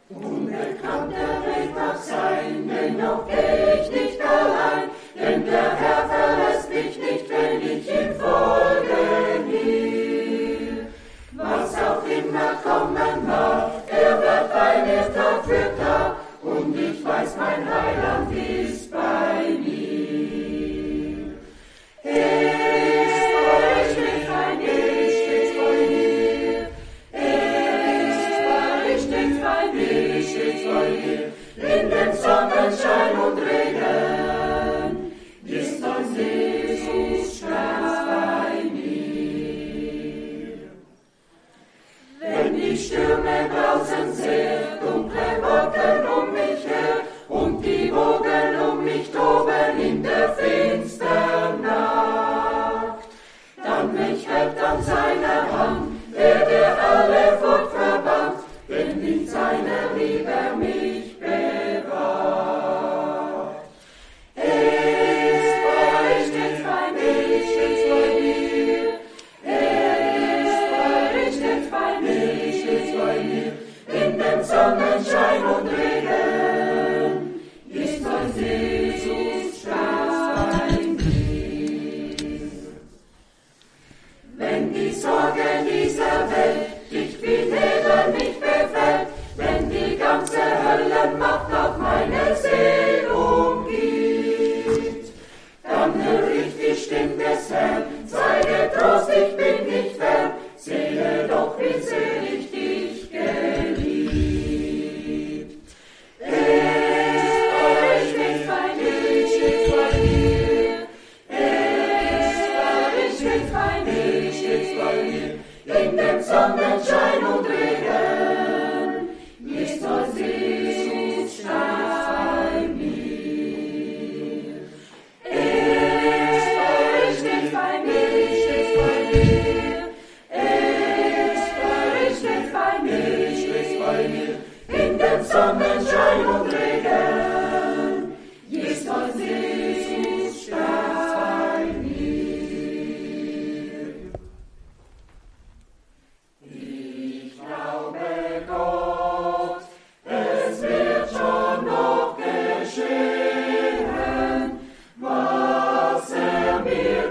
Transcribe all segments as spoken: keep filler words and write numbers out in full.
Unbekannter Weg mag sein, dennoch geh ich nicht allein, denn der Herr verlässt mich nicht, wenn ich ihm folgen will. Was auch immer kommen mag, er wird bei mir Tag für Tag, und ich weiß, mein Heiland ist bei mir. Er ist bei mir, stets bei mir. Er ist bei mir, stets bei mir. In dem Sonnenschein und Regen ist mein Jesus ganz bei mir. Wenn die Stürme draußen sehr dunkle Wolken um mich her und die Wogen um mich toben in der finstern Nacht, dann mich hält an seiner Hand, der der alle Furcht verbannt, denn in seiner Liebe mich bewahrt. Er ist bei, stets bei mir, stets bei mir. Er ist bei, stets bei mir, stets bei mir. In dem Sonnenschein und Regen ist mein Jesus bei mir. Wenn die Sorge dieser Welt dich wie Nebel mich befällt, wenn die ganze Höllenmacht auf meine Seele umgibt, dann höre ich die Stimme des Herrn, sei getrost, ich bin nicht fern, sehe doch, wie sehr ich dich geliebt. Er ist bei mir, stets bei mir. Er ist bei mir, stets bei mir. In dem Sonnenschein und Regen ist mein Jesus bei mir. Er ist bei mir, stets bei mir. Er ist bei mir, stets bei mir. In dem Sonnenschein und Regen ist mein Jesus bei mir. Ich glaube Gott, es wird schon noch geschehen, was er mir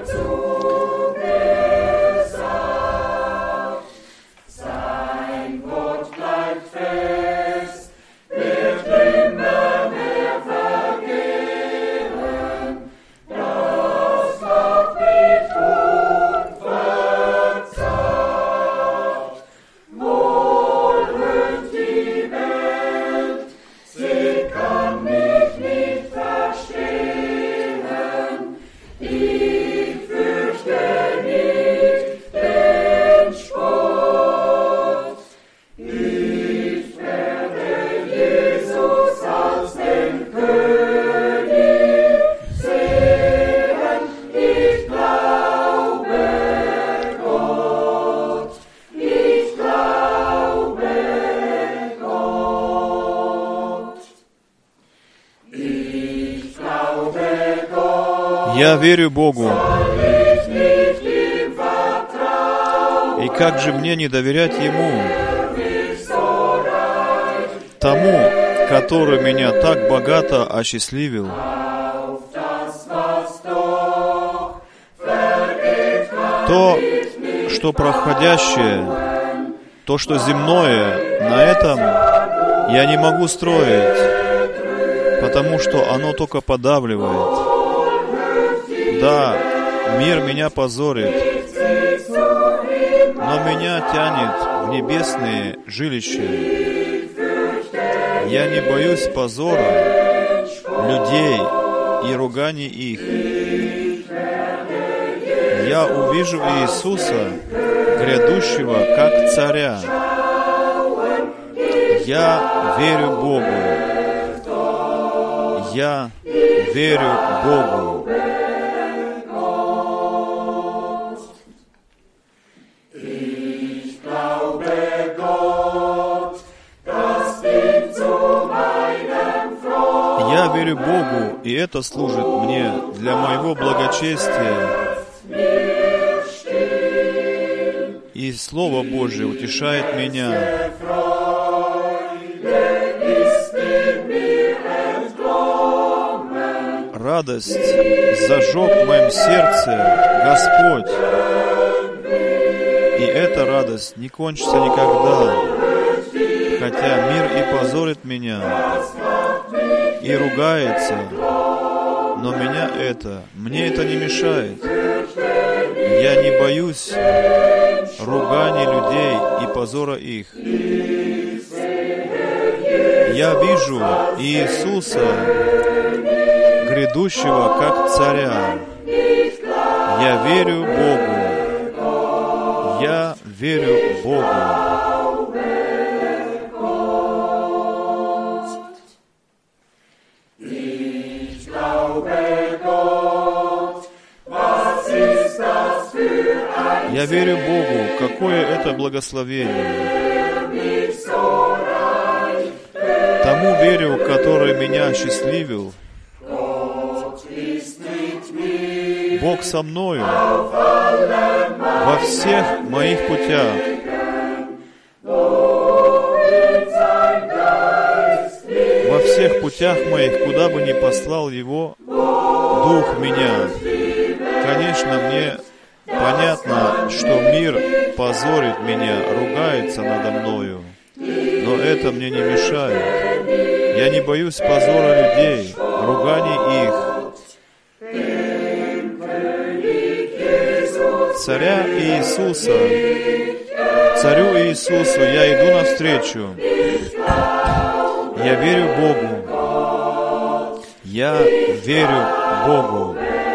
zugesagt. Sein Wort bleibt fest, wird immer mehr vergehen. Das macht mich unverzagt. Wohl rühmt die Welt, sie kann mich nicht verstehen. Ich fürchte nicht den Spott. Ich werde Jesus als den König sehen. Ich glaube Gott. Ich glaube Gott. Ich glaube Gott. Я верю Богу. Soll ich nicht ihm vertrauen? И как же мне не доверять Ему, Mich so reich тому, который меня так богато осчастливил, auf das, was doch vergeht, kann то, ich nicht что проходящее, то, что земное, на этом я не могу строить, потому что оно только подавливает. Да, мир меня позорит, но меня тянет в небесные жилища. Я не боюсь позора людей и руганий их. Я увижу Иисуса, грядущего как царя. Я верю Богу. Я верю Богу. Ich glaube Gott, das dient zu meinem Freund. Я верю Богу, и это служит мне для моего благочестия. И Слово Божие утешает меня. радость зажег в моем сердце Господь. И эта радость не кончится никогда, хотя мир и позорит меня, и ругается, но меня это, мне это не мешает. Я не боюсь руганий людей и позора их. Я вижу Иисуса, грядущего как царя. Я верю Богу. Я верю Богу. Я верю Богу, какое это благословение. Тому верю, который меня осчастливил. Бог со мною во всех моих путях. Во всех путях моих, куда бы ни послал Его Дух меня. Конечно, мне понятно, что мир позорит меня, ругается надо мною, но это мне не мешает. Я не боюсь позора людей, руганий их. Царя Иисуса, Царю Иисусу я иду навстречу. Я верю Богу. Я верю Богу.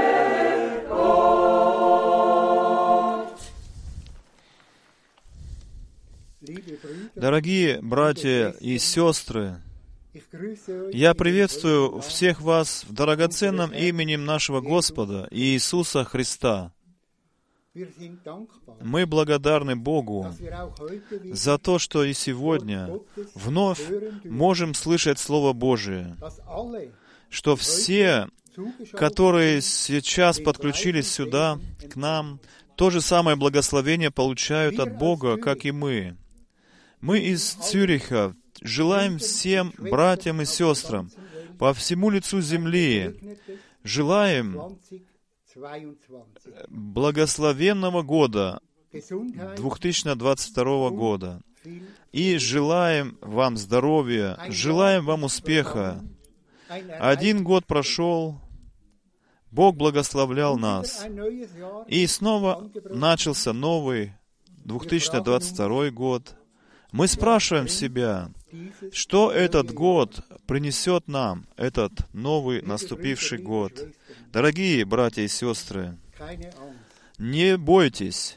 Дорогие братья и сестры, я приветствую всех вас в драгоценном именем нашего Господа Иисуса Христа. Мы благодарны Богу за то, что и сегодня вновь можем слышать Слово Божие, что все, которые сейчас подключились сюда, к нам, то же самое благословение получают от Бога, как и мы. Мы из Цюриха желаем всем братьям и сестрам по всему лицу земли, желаем благословенного года, две тысячи двадцать второго года. И желаем вам здоровья, желаем вам успеха. Один год прошел, Бог благословлял нас. И снова начался новый две тысячи двадцать второй год. Мы спрашиваем себя, что этот год принесет нам, этот новый наступивший год. Дорогие братья и сестры, не бойтесь.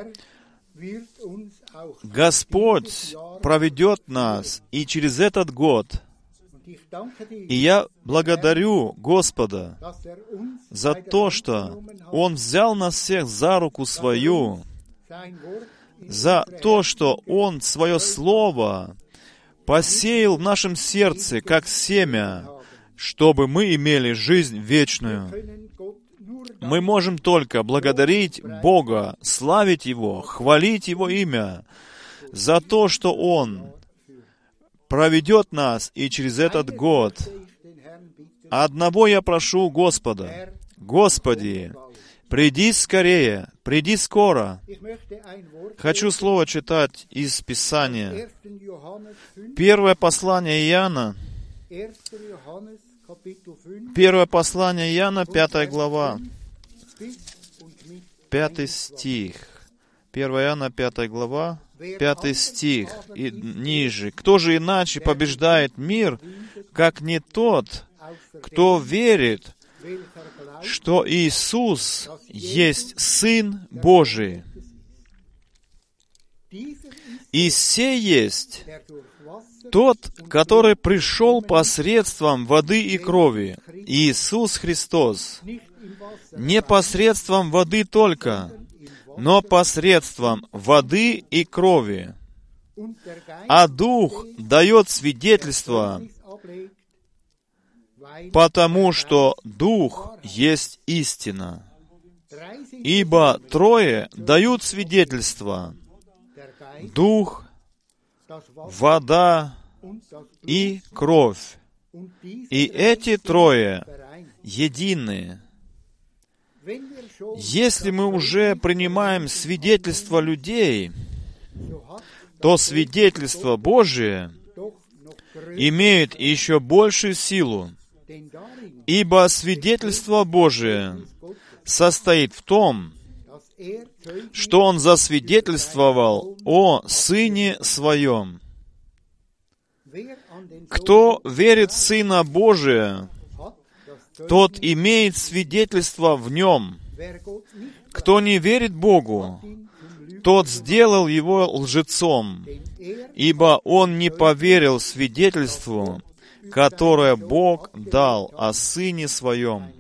Господь проведет нас и через этот год. И я благодарю Господа за то, что Он взял нас всех за руку свою, за то, что Он свое Слово посеял в нашем сердце, как семя, чтобы мы имели жизнь вечную. Мы можем только благодарить Бога, славить Его, хвалить Его имя за то, что Он проведет нас и через этот год. Одного я прошу Господа: Господи, приди скорее, приди скоро. Хочу слово читать из Писания. Первое послание Иоанна, Первое послание Иоанна, пятая глава, пятый стих. Первое Иоанна, пятая глава, пятый стих и ниже. «Кто же иначе побеждает мир, как не тот, кто верит, что Иисус есть Сын Божий? И сей есть тот, который пришел посредством воды и крови, Иисус Христос, не посредством воды только, но посредством воды и крови. А Дух дает свидетельство, потому что Дух есть истина. Ибо трое дают свидетельство: Дух, вода и кровь. И эти трое едины. Если мы уже принимаем свидетельство людей, то свидетельство Божие имеет еще большую силу, ибо свидетельство Божие состоит в том, что Он засвидетельствовал о Сыне Своем. Кто верит в Сына Божия, тот имеет свидетельство в Нем. Кто не верит Богу, тот сделал Его лжецом, ибо он не поверил свидетельству, которое Бог дал о Сыне Своем.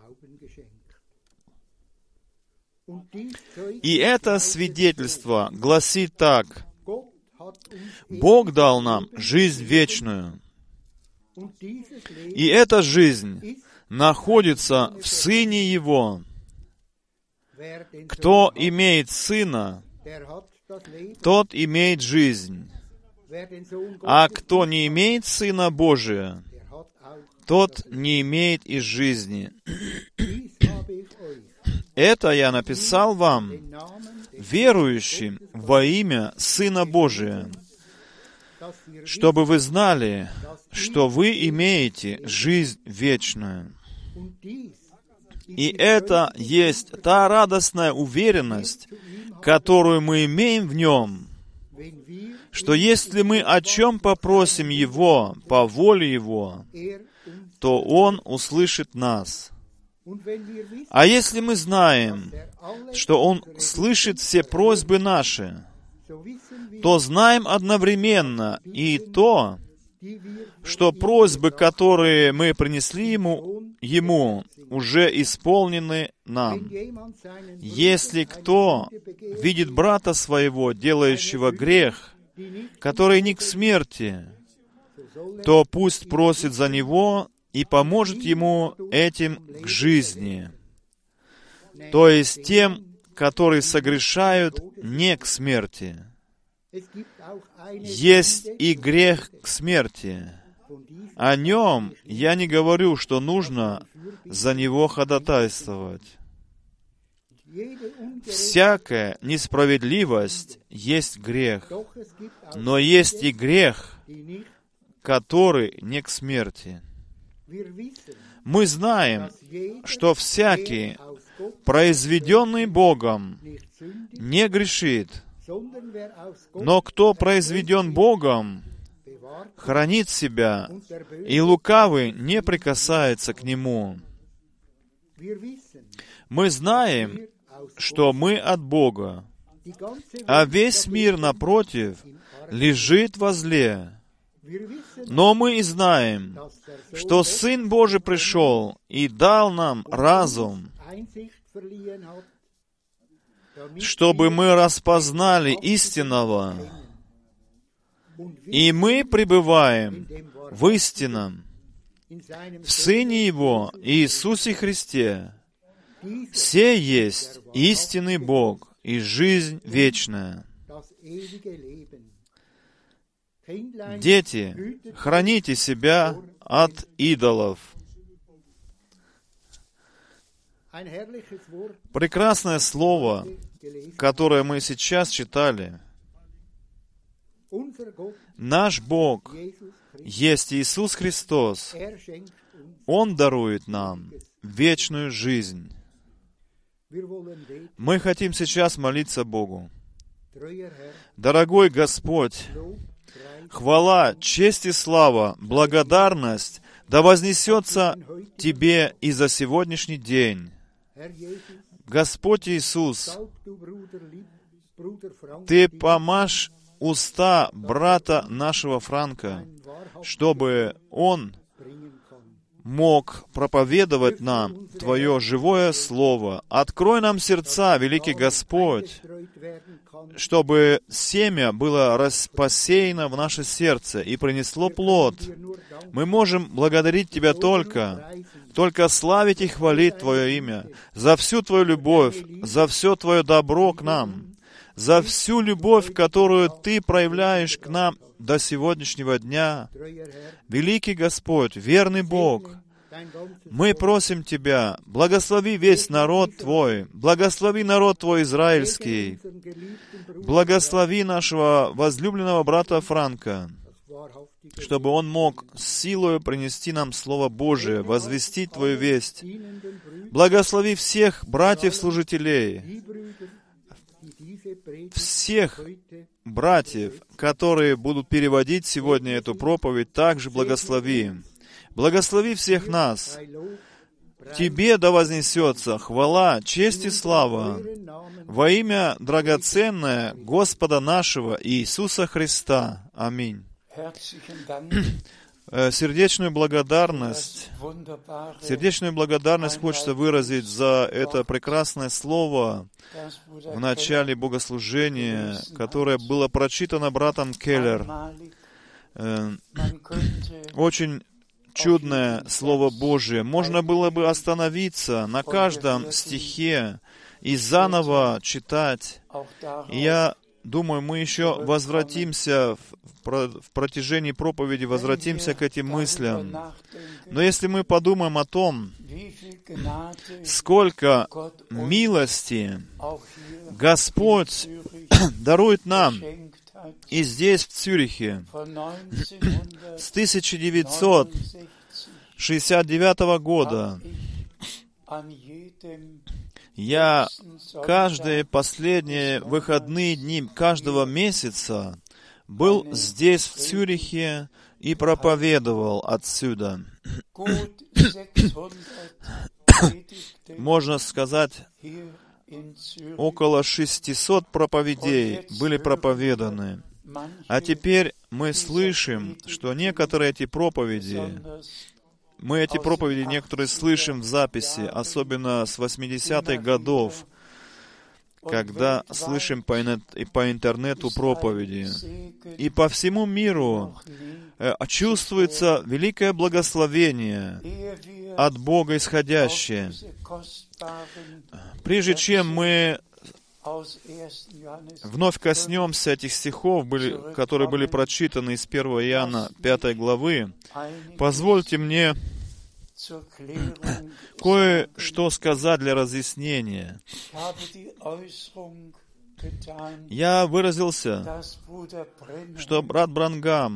И это свидетельство гласит так: Бог дал нам жизнь вечную, и эта жизнь находится в Сыне Его. Кто имеет Сына, тот имеет жизнь, а кто не имеет Сына Божия, тот не имеет и жизни. Это я написал вам, верующим во имя Сына Божия, чтобы вы знали, что вы имеете жизнь вечную. И это есть та радостная уверенность, которую мы имеем в Нем, что если мы о чем попросим Его по воле Его, то Он услышит нас. А если мы знаем, что Он слышит все просьбы наши, то знаем одновременно и то, что просьбы, которые мы принесли Ему, Ему уже исполнены нам. Если кто видит брата своего, делающего грех, который не к смерти, то пусть просит за него и поможет ему этим к жизни. То есть тем, которые согрешают не к смерти. Есть и грех к смерти. О нем я не говорю, что нужно за него ходатайствовать. Всякая несправедливость есть грех, но есть и грех, который не к смерти. Мы знаем, что всякий, произведенный Богом, не грешит, но кто произведен Богом, хранит себя, и лукавый не прикасается к нему. Мы знаем, что мы от Бога, а весь мир, напротив, лежит во зле. Но мы и знаем, что Сын Божий пришел и дал нам разум, чтобы мы распознали истинного, и мы пребываем в истинном, в Сыне Его, Иисусе Христе. Се есть истинный Бог и жизнь вечная. Дети, храните себя от идолов. Прекрасное слово, которое мы сейчас читали. Наш Бог есть Иисус Христос. Он дарует нам вечную жизнь. Мы хотим сейчас молиться Богу. Дорогой Господь, хвала, честь и слава, благодарность да вознесется Тебе и за сегодняшний день. Господь Иисус, Ты помажь уста брата нашего Франка, чтобы он мог проповедовать нам Твое живое Слово. Открой нам сердца, великий Господь, чтобы семя было распосеяно в наше сердце и принесло плод. Мы можем благодарить Тебя только, только славить и хвалить Твое имя за всю Твою любовь, за все Твое добро к нам, за всю любовь, которую Ты проявляешь к нам до сегодняшнего дня. Великий Господь, верный Бог, Мы просим Тебя, благослови весь народ Твой, благослови народ Твой израильский, благослови нашего возлюбленного брата Франка, чтобы он мог с силой принести нам Слово Божие, возвестить Твою весть. Благослови всех братьев-служителей, всех братьев, которые будут переводить сегодня эту проповедь, также благослови. Благослови всех нас. Тебе да вознесется хвала, честь и слава во имя драгоценное Господа нашего Иисуса Христа. Аминь. Сердечную благодарность, сердечную благодарность хочется выразить за это прекрасное слово в начале богослужения, которое было прочитано братом Келлер. Очень чудное Слово Божие. Можно было бы остановиться на каждом стихе и заново читать. И я думаю, мы еще возвратимся в протяжении проповеди, возвратимся к этим мыслям. Но если мы подумаем о том, сколько милости Господь дарует нам и здесь, в Цюрихе, с тысяча девятьсот шестьдесят девятого года, я каждые последние выходные дни каждого месяца был здесь, в Цюрихе, и проповедовал отсюда. Можно сказать, около шестисот проповедей были проповеданы. А теперь мы слышим, что некоторые эти проповеди, мы эти проповеди некоторые слышим в записи, особенно с восьмидесятых годов, когда слышим по, по интернету проповеди. И по всему миру чувствуется великое благословение от Бога исходящее. Прежде чем мы вновь коснемся этих стихов, были, которые были прочитаны из первого Иоанна пятой главы, позвольте мне кое-что сказать для разъяснения. Я выразился, что брат Бранхам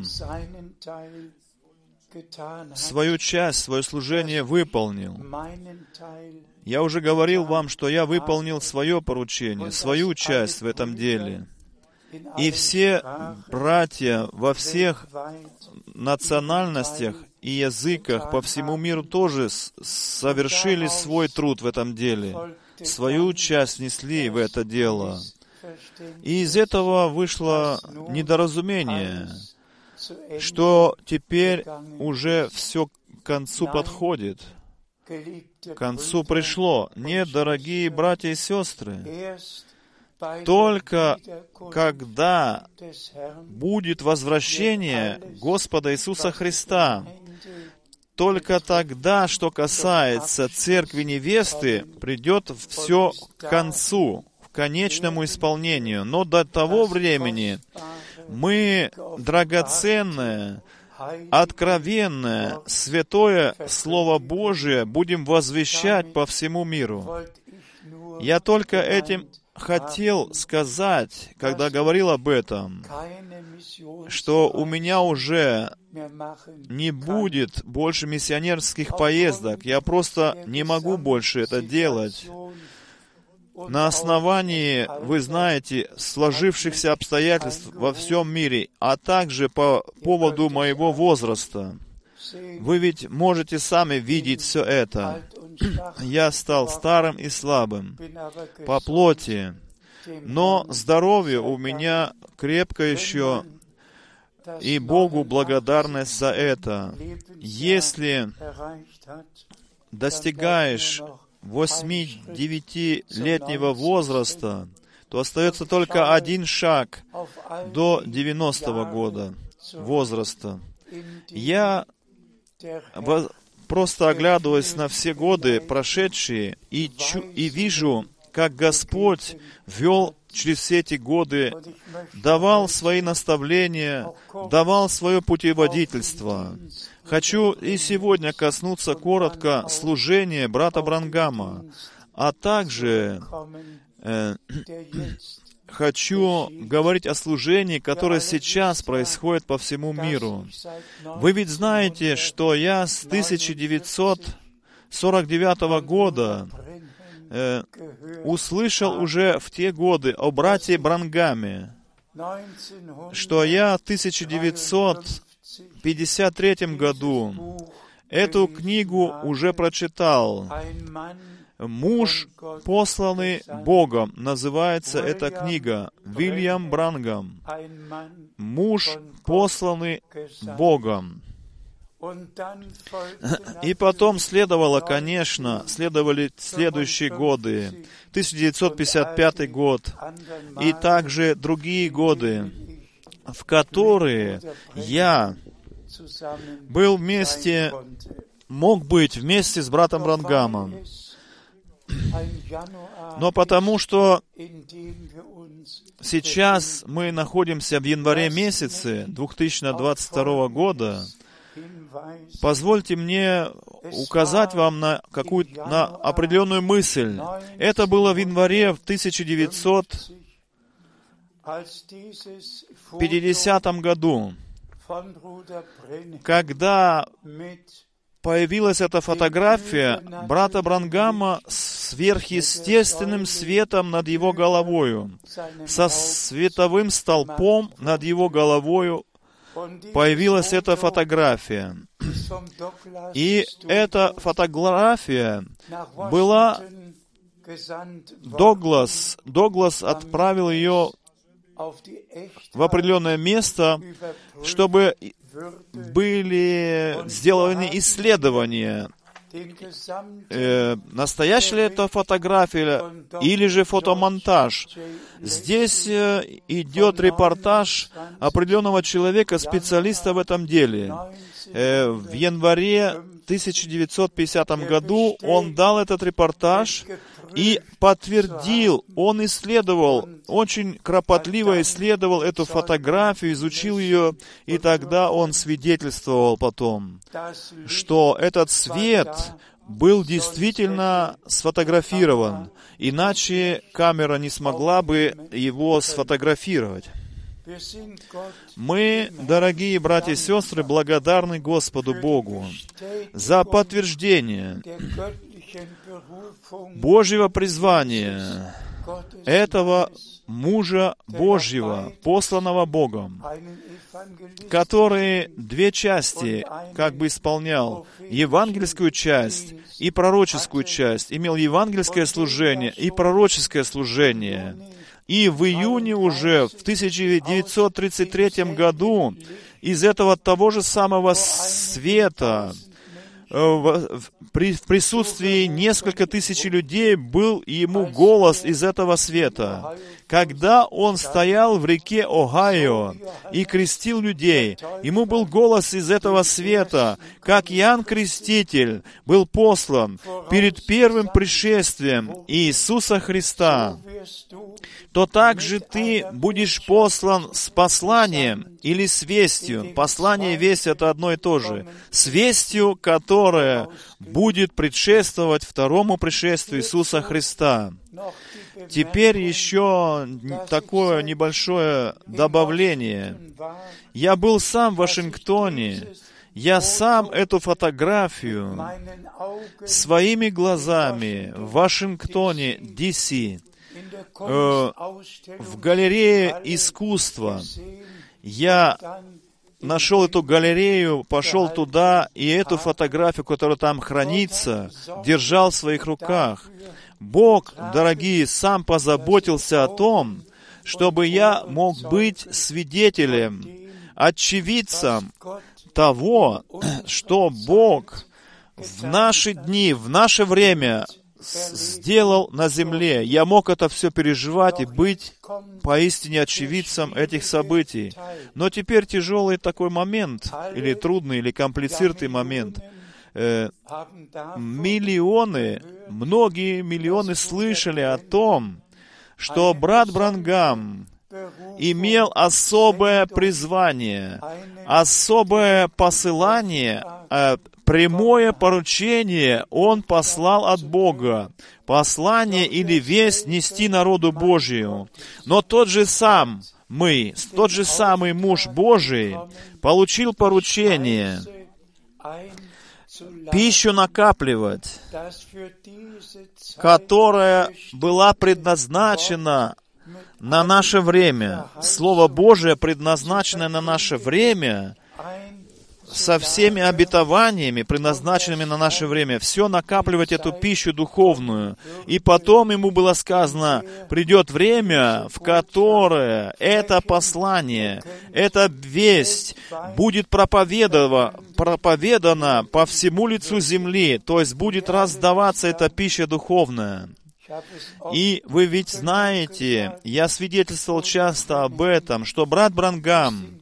свою часть, свое служение выполнил. Я уже говорил вам, что я выполнил свое поручение, свою часть в этом деле. И все братья во всех национальностях и языках по всему миру тоже совершили свой труд в этом деле, свою часть внесли в это дело. И из этого вышло недоразумение, что теперь уже все к концу подходит. К концу пришло. Нет, дорогие братья и сестры, только когда будет возвращение Господа Иисуса Христа, только тогда, что касается церкви невесты, придет все к концу, к конечному исполнению. Но до того времени мы драгоценное, откровенное, святое Слово Божие будем возвещать по всему миру. Я только этим хотел сказать, когда говорил об этом, что у меня уже не будет больше миссионерских поездок. Я просто не могу больше это делать. На основании, вы знаете, сложившихся обстоятельств во всем мире, а также по поводу моего возраста. Вы ведь можете сами видеть все это. Я стал старым и слабым по плоти, но здоровье у меня крепко еще, и Богу благодарность за это. Если достигаешь восьми-девятилетнего возраста, то остается только один шаг до девяностого года возраста. Я просто оглядываюсь на все годы прошедшие и, чу- и вижу, как Господь вел через все эти годы давал свои наставления, давал свое путеводительство. Хочу и сегодня коснуться коротко служения брата Бранхама, а также э, хочу говорить о служении, которое сейчас происходит по всему миру. Вы ведь знаете, что я с тысяча девятьсот сорок девятого года э, услышал уже в те годы о брате Бранхаме, что я в тысяча девятьсот пятьдесят третьем году эту книгу уже прочитал. «Муж, посланный Богом», называется эта книга. Вильям Бранхам. «Муж, посланный Богом». И потом следовало, конечно, следовали следующие годы. тысяча девятьсот пятьдесят пятый год и также другие годы, в которые я был вместе, мог быть вместе с братом Бранхамом. Но потому что сейчас мы находимся в январе месяце две тысячи двадцать второго года, позвольте мне указать вам на какую-то на определенную мысль. Это было в январе в тысяча девятьсот пятидесятом году, когда появилась эта фотография брата Бранхама с сверхъестественным светом над его головою, со световым столпом над его головою. Появилась эта фотография. И эта фотография была... Доглас, Доглас отправил ее в определенное место, чтобы были сделаны исследования, э, настоящая ли это фотография или же фотомонтаж. Здесь э, идет репортаж определенного человека, специалиста в этом деле. Э, в январе тысяча девятьсот пятидесятом году он дал этот репортаж и подтвердил, он исследовал, очень кропотливо исследовал эту фотографию, изучил ее, и тогда он свидетельствовал потом, что этот свет был действительно сфотографирован, иначе камера не смогла бы его сфотографировать. Мы, дорогие братья и сестры, благодарны Господу Богу за подтверждение Божьего призвания этого мужа Божьего, посланного Богом, который две части как бы исполнял, евангельскую часть и пророческую часть, имел евангельское служение и пророческое служение. И в июне уже, в тысяча девятьсот тридцать третьем году, из этого того же самого света, в присутствии несколько тысяч людей был ему голос из этого света. Когда он стоял в реке Огайо и крестил людей, ему был голос из этого света, как Иоанн Креститель был послан перед первым пришествием Иисуса Христа, то также ты будешь послан с посланием или с вестью. Послание и весть — это одно и то же. С вестью, которая будет предшествовать второму пришествию Иисуса Христа. Теперь еще такое небольшое добавление. Я был сам в Вашингтоне. Я сам эту фотографию своими глазами в Вашингтоне, Ди Си, э, в галерее искусства. Я нашел эту галерею, пошел туда, и эту фотографию, которая там хранится, держал в своих руках. Бог, дорогие, сам позаботился о том, чтобы я мог быть свидетелем, очевидцем того, что Бог в наши дни, в наше время сделал на земле. Я мог это все переживать и быть поистине очевидцем этих событий. Но теперь тяжелый такой момент, или трудный, или комплицированный момент. Э, миллионы, многие миллионы слышали о том, что брат Бранхам имел особое призвание, особое посылание, э, прямое поручение он послал от Бога. Послание или весть нести народу Божию. Но тот же сам мы, тот же самый муж Божий получил поручение пищу накапливать, которая была предназначена на наше время. Слово Божие, предназначенное на наше время, со всеми обетованиями, предназначенными на наше время, все накапливать эту пищу духовную. И потом ему было сказано, придет время, в которое это послание, эта весть будет проповедова, проповедана по всему лицу земли, то есть будет раздаваться эта пища духовная. И вы ведь знаете, я свидетельствовал часто об этом, что брат Бранхам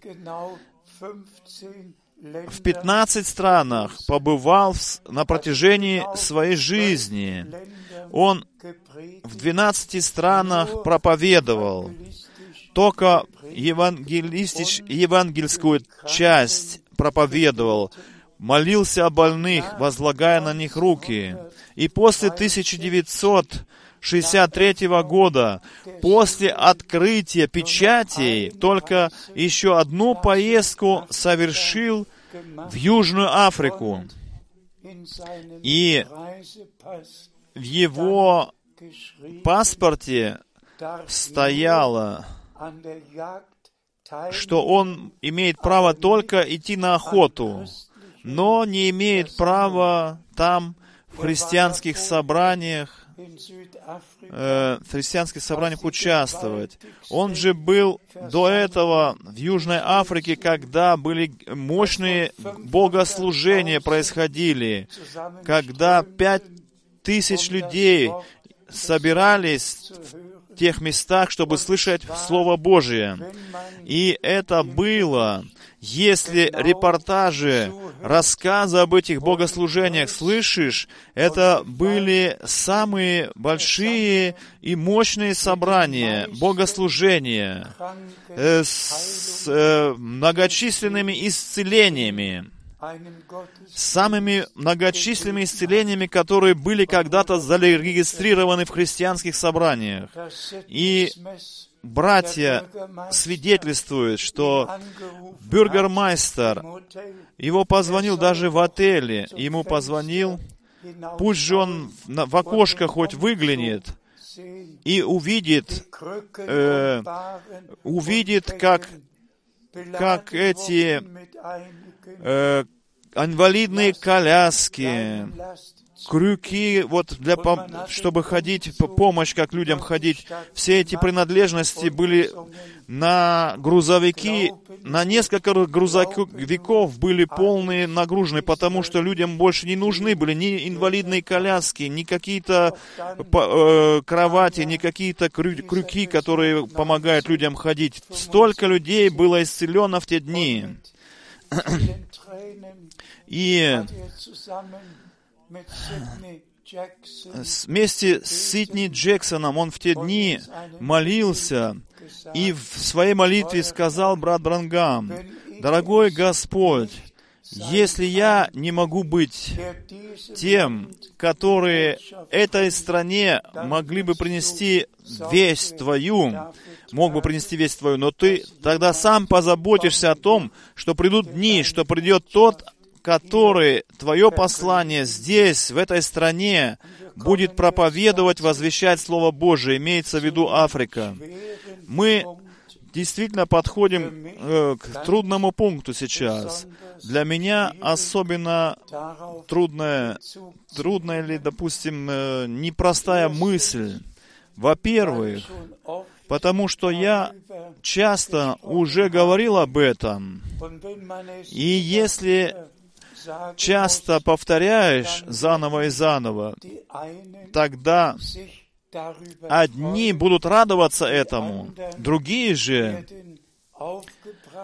в пятнадцати странах побывал на протяжении своей жизни. Он в двенадцати странах проповедовал. Только евангелистич, евангельскую часть проповедовал, молился о больных, возлагая на них руки. И после тысяча девятьсот шестьдесят третьего года, после открытия печатей, только еще одну поездку совершил в Южную Африку. И в его паспорте стояло, что он имеет право только идти на охоту, но не имеет права там в христианских собраниях в христианских собраниях участвовать. Он же был до этого в Южной Африке, когда были мощные богослужения происходили, когда пять тысяч людей собирались в тех местах, чтобы слышать Слово Божие. И это было, если репортажи, рассказы об этих богослужениях слышишь, это были самые большие и мощные собрания, богослужения э, с э, многочисленными исцелениями, самыми многочисленными исцелениями, которые были когда-то зарегистрированы в христианских собраниях. И братья свидетельствуют, что бюргермайстер, его позвонил даже в отеле, ему позвонил, пусть же он в окошко хоть выглянет и увидит, э, увидит, как, как эти э, инвалидные коляски, крюки, вот для, чтобы ходить, помощь, как людям ходить. Все эти принадлежности были на грузовики, на несколько грузовиков были полные нагружены, потому что людям больше не нужны были ни инвалидные коляски, ни какие-то э, кровати, ни какие-то крю, крюки, которые помогают людям ходить. Столько людей было исцелено в те дни. И вместе с Сидни Джексоном он в те дни молился, и в своей молитве сказал брат Бранхам: «Дорогой Господь, если я не могу быть тем, которые этой стране могли бы принести весть Твою, мог бы принести весть Твою, но Ты тогда сам позаботишься о том, что придут дни, что придет тот, который Твое послание здесь, в этой стране, будет проповедовать, возвещать Слово Божие, имеется в виду Африка». Мы действительно подходим э, к трудному пункту сейчас. Для меня особенно трудная, трудная или, допустим, э, непростая мысль. Во-первых, потому что я часто уже говорил об этом. И если часто повторяешь заново и заново, тогда одни будут радоваться этому, другие же,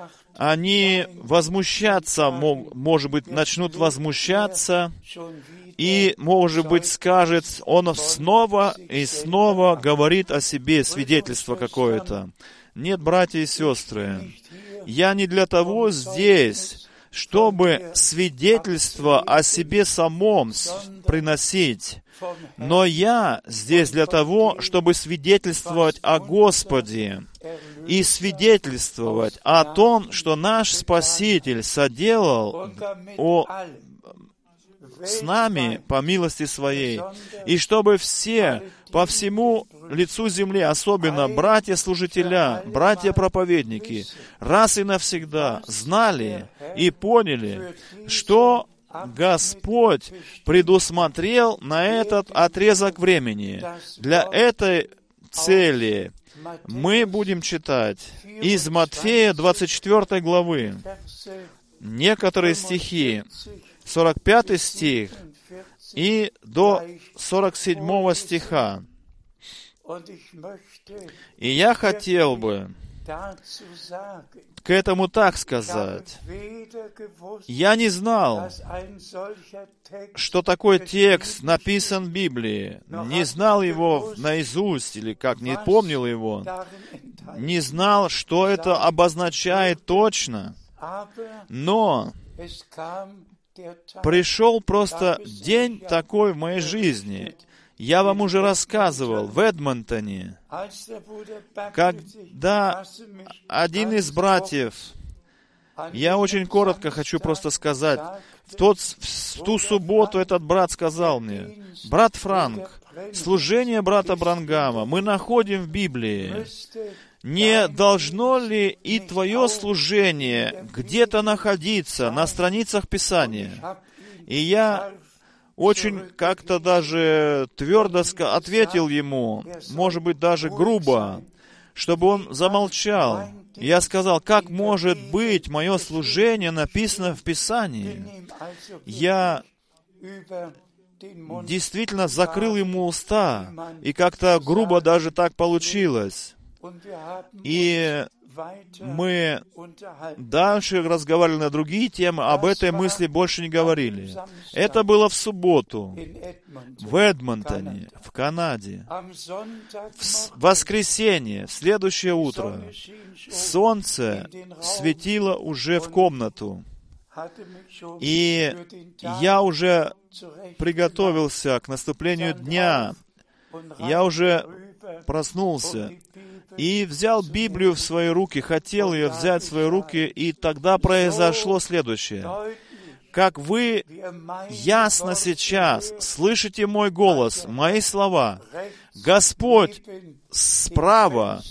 они возмущаться, может быть, начнут возмущаться и, может быть, скажет, он снова и снова говорит о себе, свидетельство какое-то. Нет, братья и сестры, я не для того здесь, чтобы свидетельство о себе самом приносить, но я здесь для того, чтобы свидетельствовать о Господе и свидетельствовать о том, что наш Спаситель соделал о, с нами по милости Своей, и чтобы все по всему лицу земли, особенно братья-служителя, братья-проповедники, раз и навсегда знали и поняли, что Господь предусмотрел на этот отрезок времени. Для этой цели мы будем читать из Матфея двадцать четвёртой главы некоторые стихи, сорок пятый стих и до сорок седьмого стиха. И я хотел бы к этому так сказать. Я не знал, что такой текст написан в Библии. Не знал его наизусть, или как, не помнил его. Не знал, что это обозначает точно. Но пришел просто день такой в моей жизни. Я вам уже рассказывал в Эдмонтоне, когда один из братьев, я очень коротко хочу просто сказать, в, тот, в ту субботу этот брат сказал мне: «Брат Франк, служение брата Бранхама мы находим в Библии. Не должно ли и твое служение где-то находиться на страницах Писания?» И я очень как-то даже твердо ответил ему, может быть, даже грубо, чтобы он замолчал. Я сказал: как может быть мое служение написано в Писании? Я действительно закрыл ему уста, и как-то грубо даже так получилось. И мы дальше разговаривали на другие темы, об этой мысли больше не говорили. Это было в субботу в Эдмонтоне, в Канаде. В воскресенье, в следующее утро, солнце светило уже в комнату. И я уже приготовился к наступлению дня. Я уже проснулся и взял Библию в свои руки, хотел ее взять в свои руки, и тогда произошло следующее. Как вы ясно сейчас слышите мой голос, мои слова, Господь справа,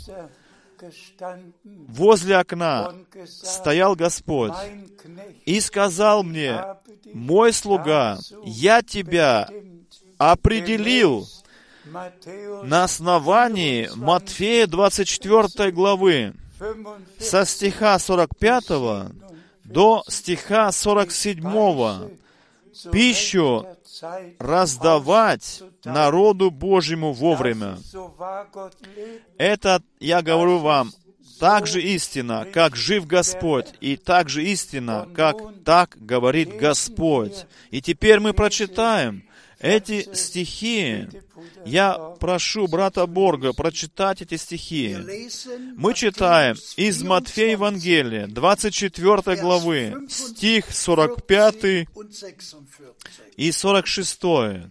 возле окна, стоял Господь и сказал мне: «Мой слуга, я тебя определил на основании Матфея двадцать четвёртой главы, со стиха сорок пятого до стиха сорок седьмого, пищу раздавать народу Божьему вовремя». Это, я говорю вам, так же истина, как жив Господь, и так же истина, как так говорит Господь. И теперь мы прочитаем эти стихи. Я прошу брата Борга прочитать эти стихи. Мы читаем из Матфея Евангелия, двадцать четвёртой главы, стих сорок пятый и сорок шестой.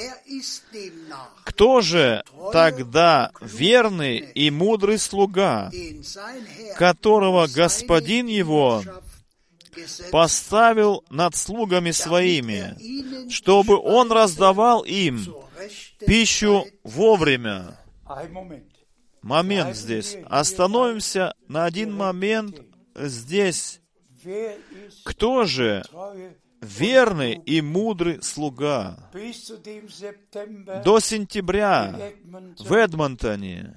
«Кто же тогда верный и мудрый слуга, которого господин его поставил над слугами своими, чтобы он раздавал им пищу вовремя?» Момент здесь. Остановимся на один момент здесь. Кто же верный и мудрый слуга? До сентября в Эдмонтоне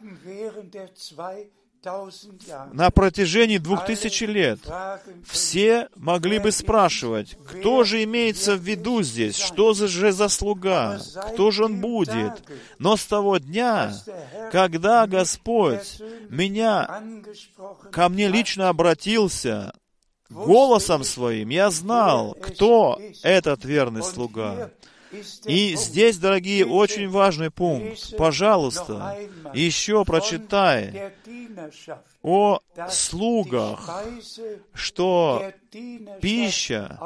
на протяжении двух тысяч лет все могли бы спрашивать, кто же имеется в виду здесь, что же за слуга, кто же он будет. Но с того дня, когда Господь меня, ко мне лично обратился голосом своим, я знал, кто этот верный слуга. И здесь, дорогие, очень важный пункт. Пожалуйста, еще прочитай о слугах, что пища,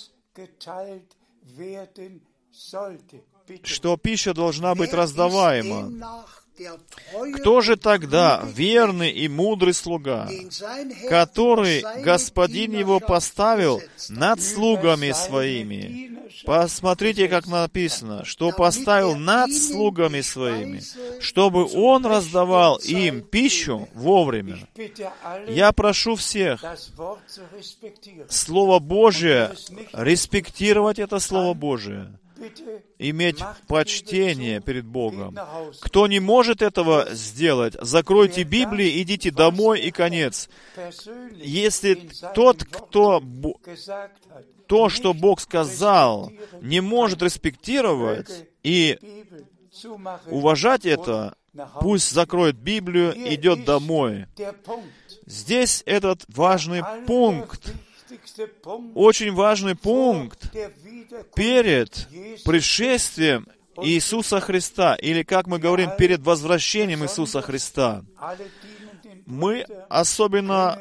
что пища должна быть раздаваема. Кто же тогда верный и мудрый слуга, который господин его поставил над слугами своими? Посмотрите, как написано, что поставил над слугами своими, чтобы он раздавал им пищу вовремя. Я прошу всех Слово Божие, респектировать это Слово Божие, иметь почтение перед Богом. Кто не может этого сделать, закройте Библию, идите домой и конец. Если тот, кто то, что Бог сказал, не может респектировать и уважать это, пусть закроет Библию, идет домой. Здесь этот важный пункт, очень важный пункт перед пришествием Иисуса Христа, или, как мы говорим, перед возвращением Иисуса Христа. Мы, особенно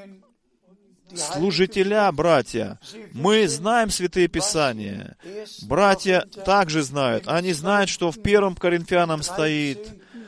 служителя, братья, мы знаем Святые Писания. Братья также знают. Они знают, что в первом Коринфянам стоит,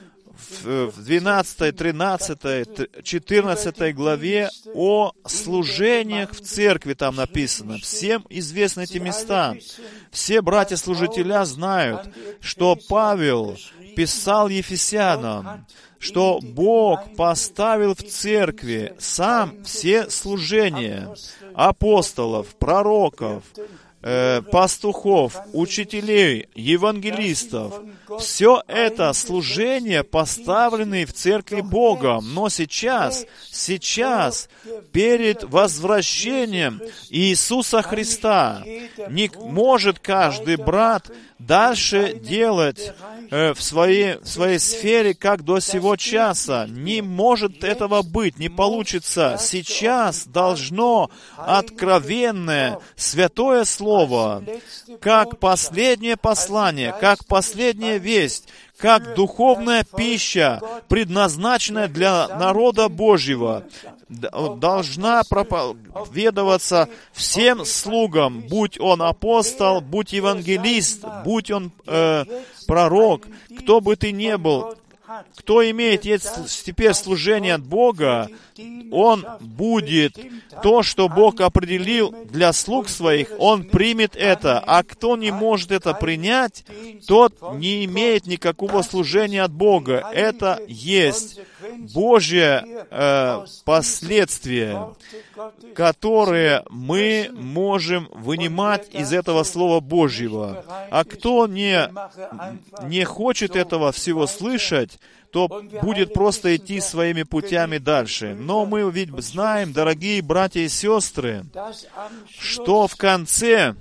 в двенадцатой, тринадцатой, четырнадцатой главе о служениях в церкви там написано. Всем известны эти места. Все братья-служителя знают, что Павел писал Ефесянам, что Бог поставил в церкви сам все служения апостолов, пророков, э, пастухов, учителей, евангелистов. Все это служение поставлены в церкви Богом. Но сейчас, сейчас, перед возвращением Иисуса Христа, не может каждый брат дальше делать э, в, своей, в своей сфере, как до сего часа. Не может этого быть, не получится. Сейчас должно откровенное, святое Слово, как последнее послание, как последняя весть, как духовная пища, предназначенная для народа Божьего, должна проповедоваться всем слугам, будь он апостол, будь евангелист, будь он э, пророк, кто бы ты ни был. Кто имеет теперь служение от Бога, он будет то, что Бог определил для слуг своих, он примет это. А кто не может это принять, тот не имеет никакого служения от Бога. Это есть Божье э, последствие, которые мы можем вынимать из этого Слова Божьего. А кто не, не хочет этого всего слышать, то будет просто идти своими путями дальше. Но мы ведь знаем, дорогие братья и сестры, что в конце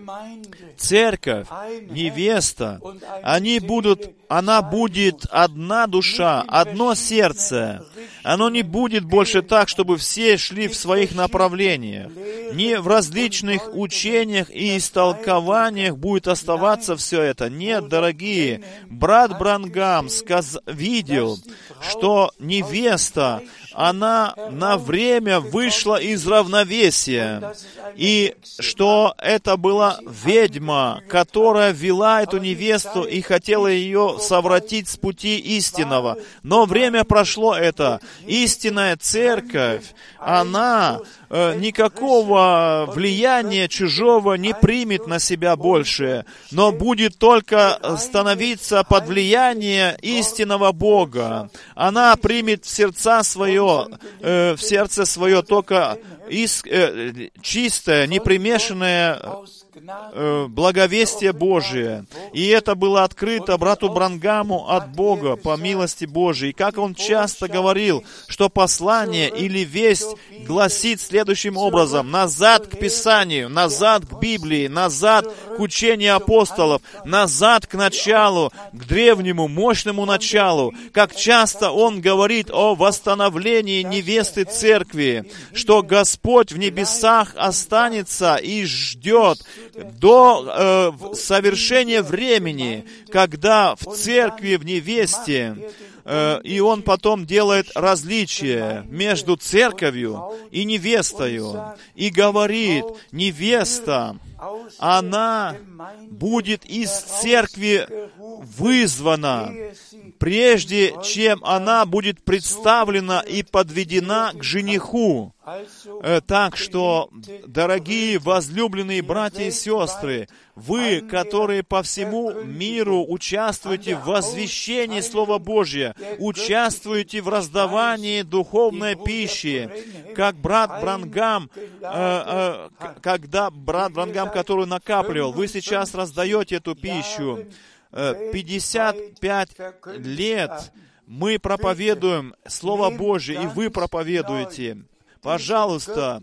церковь, невеста, они будут, она будет одна душа, одно сердце. Оно не будет больше так, чтобы все шли в своих направлениях. Не в различных учениях и истолкованиях будет оставаться все это. Нет, дорогие, брат Бранхам сказ... видел, что невеста, она на время вышла из равновесия, и что это была ведьма, которая вела эту невесту и хотела ее совратить с пути истинного. Но время прошло это. Истинная церковь, она э, никакого влияния чужого не примет на себя больше, но будет только становиться под влияние истинного Бога. Она примет в сердца свое, э, в сердце свое только иск, э, чистое, непримешанное э, благовестие Божие. И это было открыто брату Бранхаму от Бога по милости Божией. И как он часто говорил, что послание или весть гласит следующим образом: назад к Писанию, назад к Библии, назад к учению апостолов, назад к началу, к древнему, мощному началу. Как часто он говорит о восстановлении невесты церкви, что Господь Господь в небесах останется и ждет до э, совершения времени, когда в церкви, в невесте, э, и Он потом делает различие между церковью и невестою, и говорит: невеста, она будет из церкви вызвана, прежде чем она будет представлена и подведена к жениху. Так что, дорогие возлюбленные братья и сестры, вы, которые по всему миру участвуете в возвещении Слова Божия, участвуете в раздавании духовной пищи, как брат Бранхам, э, э, когда брат Бранхам, который накапливал, вы сейчас раздаете эту пищу. пятьдесят пять лет мы проповедуем Слово Божие, и вы проповедуете. Пожалуйста,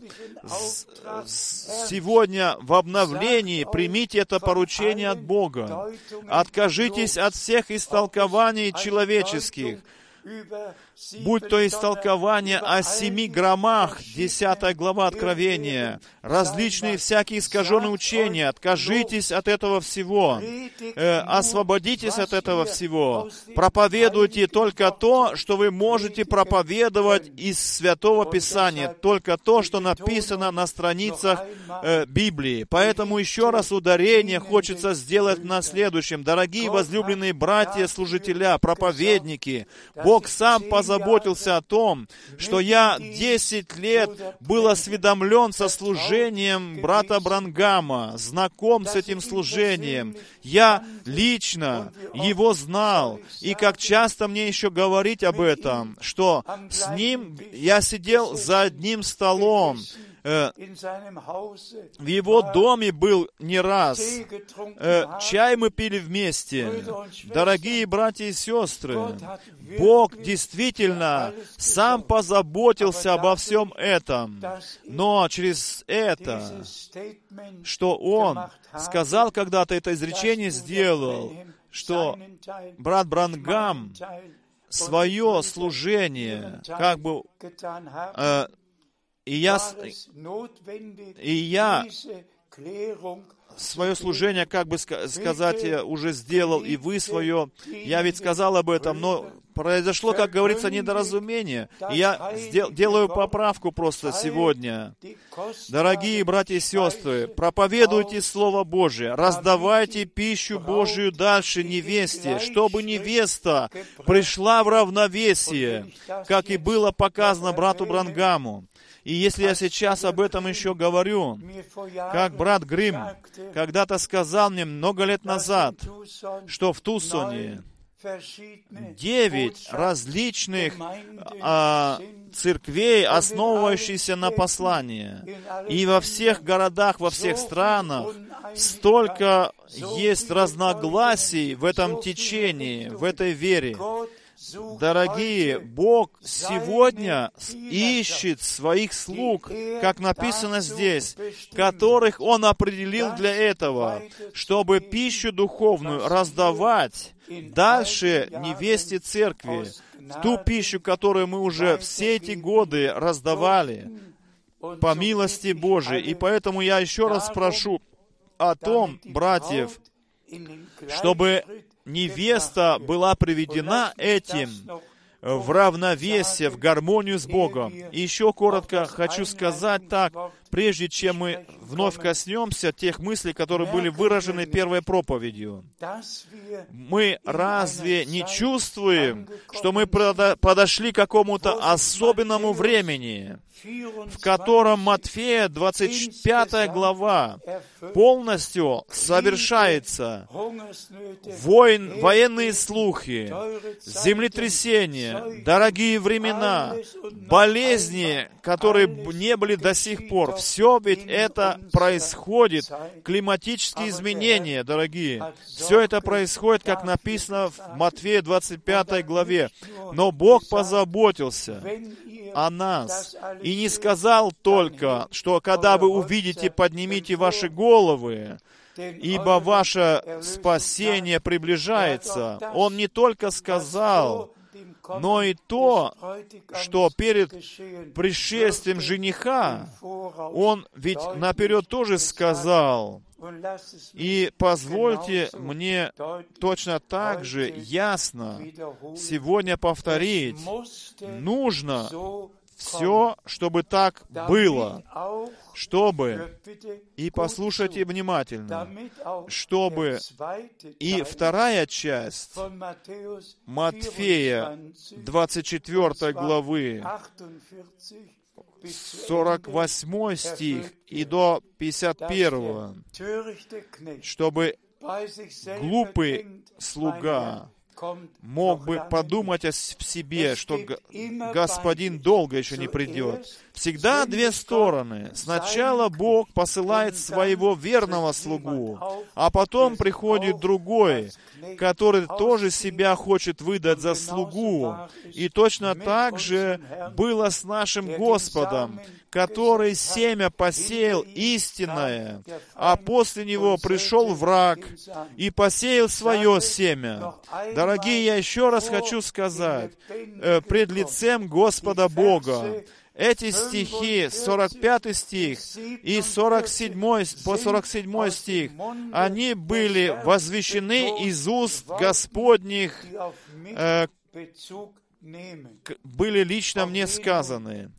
сегодня в обновлении примите это поручение от Бога. Откажитесь от всех истолкований человеческих, будь то истолкование о семи громах, десятая глава Откровения, различные всякие искаженные учения. Откажитесь от этого всего. Э, освободитесь от этого всего. Проповедуйте только то, что вы можете проповедовать из Святого Писания, только то, что написано на страницах э, Библии. Поэтому еще раз ударение хочется сделать на следующем. Дорогие возлюбленные братья, служителя, проповедники, Бог сам позаботился о том, что я десять лет был осведомлен со служением брата Бранхама, знаком с этим служением. Я лично его знал. И как часто мне еще говорить об этом, что с ним я сидел за одним столом, в его доме был не раз. Чай мы пили вместе. Дорогие братья и сестры, Бог действительно сам позаботился обо всем этом. Но через это, что Он сказал когда-то, это изречение сделал, что брат Бранхам свое служение как бы э, И я, и я свое служение, как бы сказать, уже сделал, и вы свое. Я ведь сказал об этом, но произошло, как говорится, недоразумение. И я сдел, делаю поправку просто сегодня. Дорогие братья и сестры, проповедуйте Слово Божие, раздавайте пищу Божию дальше невесте, чтобы невеста пришла в равновесие, как и было показано брату Бранхаму. И если я сейчас об этом еще говорю, как брат Грим когда-то сказал мне много лет назад, что в Тусоне девять различных а, церквей, основывающихся на послании. И во всех городах, во всех странах столько есть разногласий в этом течении, в этой вере. Дорогие, Бог сегодня ищет своих слуг, как написано здесь, которых Он определил для этого, чтобы пищу духовную раздавать дальше невесте церкви, ту пищу, которую мы уже все эти годы раздавали по милости Божией. И поэтому я еще раз прошу о том, братьев, чтобы невеста была приведена этим в равновесие, в гармонию с Богом. И еще коротко хочу сказать так, прежде чем мы вновь коснемся тех мыслей, которые были выражены первой проповедью. Мы разве не чувствуем, что мы подошли к какому-то особенному времени, в котором Матфея, двадцать пятая глава, полностью совершается войн, военные слухи, землетрясения, дорогие времена, болезни, которые не были до сих пор. Все ведь это происходит, климатические изменения, дорогие. Все это происходит, как написано в Матфея двадцать пятой главе. Но Бог позаботился о нас. И не сказал только, что когда вы увидите, поднимите ваши головы, ибо ваше спасение приближается. Он не только сказал, но и то, что перед пришествием жениха он ведь наперед тоже сказал. И позвольте мне точно так же ясно сегодня повторить, нужно все, чтобы так было, чтобы, и послушайте внимательно, чтобы и вторая часть Матфея двадцать четвёртой главы, сорок восьмой стих и до пятьдесят первого, чтобы глупый слуга мог бы подумать о себе, что Господин долго еще не придет. Всегда две стороны. Сначала Бог посылает своего верного слугу, а потом приходит другой, который тоже себя хочет выдать за слугу. И точно так же было с нашим Господом, который семя посеял истинное, а после него пришел враг и посеял свое семя. Дорогие, я еще раз хочу сказать, э, пред лицем Господа Бога, эти стихи, сорок пятый стих и сорок седьмой, по сорок седьмой стих, они были возвещены из уст Господних, э, были лично мне сказаны.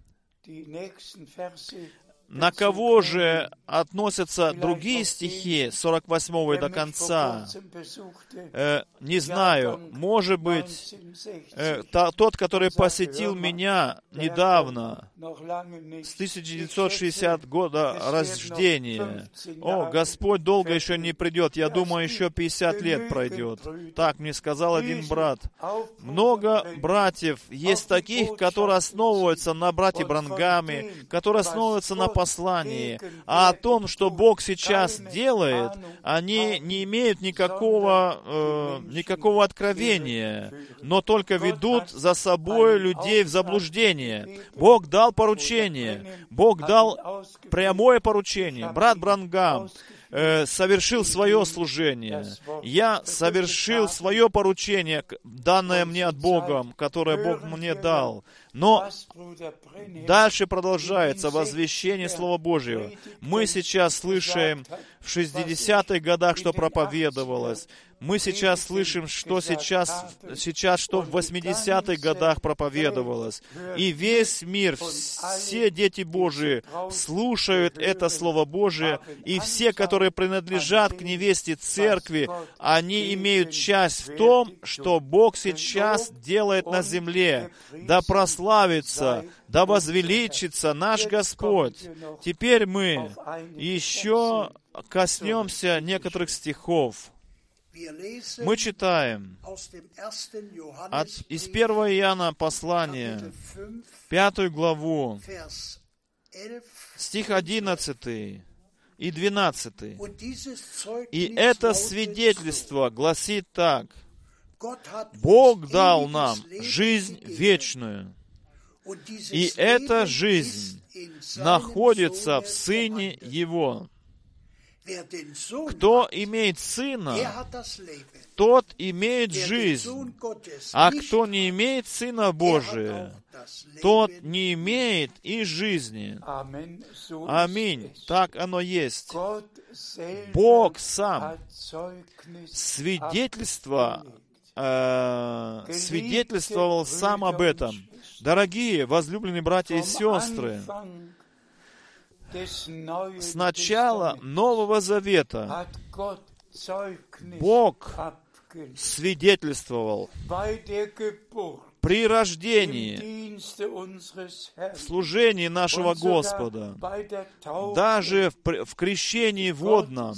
На кого же относятся другие стихи, сорок восьмого и до конца? Э, не знаю, может быть, э, та, тот, который посетил меня недавно, с тысяча девятьсот шестидесятого года рождения. О, Господь долго еще не придет, я думаю, еще пятьдесят лет пройдет. Так мне сказал один брат. Много братьев есть таких, которые основываются на брате Бранхаме, которые основываются на послании, а о том, что Бог сейчас делает, они не имеют никакого, э, никакого откровения, но только ведут за собой людей в заблуждение. Бог дал поручение, Бог дал прямое поручение. Брат Бранхам э, совершил свое служение. Я совершил свое поручение, данное мне от Бога, которое Бог мне дал. Но дальше продолжается возвещение Слова Божьего. Мы сейчас слышим в шестидесятых годах, что проповедовалось. Мы сейчас слышим, что сейчас, сейчас что в восьмидесятых годах проповедовалось. И весь мир, все дети Божии слушают это Слово Божие, и все, которые принадлежат к невесте церкви, они имеют часть в том, что Бог сейчас делает на земле. Да прославится, да возвеличится наш Господь. Теперь мы еще коснемся некоторых стихов. Мы читаем от, из первого Иоанна послания, пятую главу, стих одиннадцатый и двенадцатый. «И это свидетельство гласит так: Бог дал нам жизнь вечную, и эта жизнь находится в Сыне Его. Кто имеет Сына, тот имеет жизнь, а кто не имеет Сына Божия, тот не имеет и жизни». Аминь. Так оно есть. Бог сам свидетельство, э, свидетельствовал сам об этом. Дорогие, возлюбленные братья и сестры, с начала Нового Завета Бог свидетельствовал при рождении, в служении нашего Господа, даже в, в крещении водном.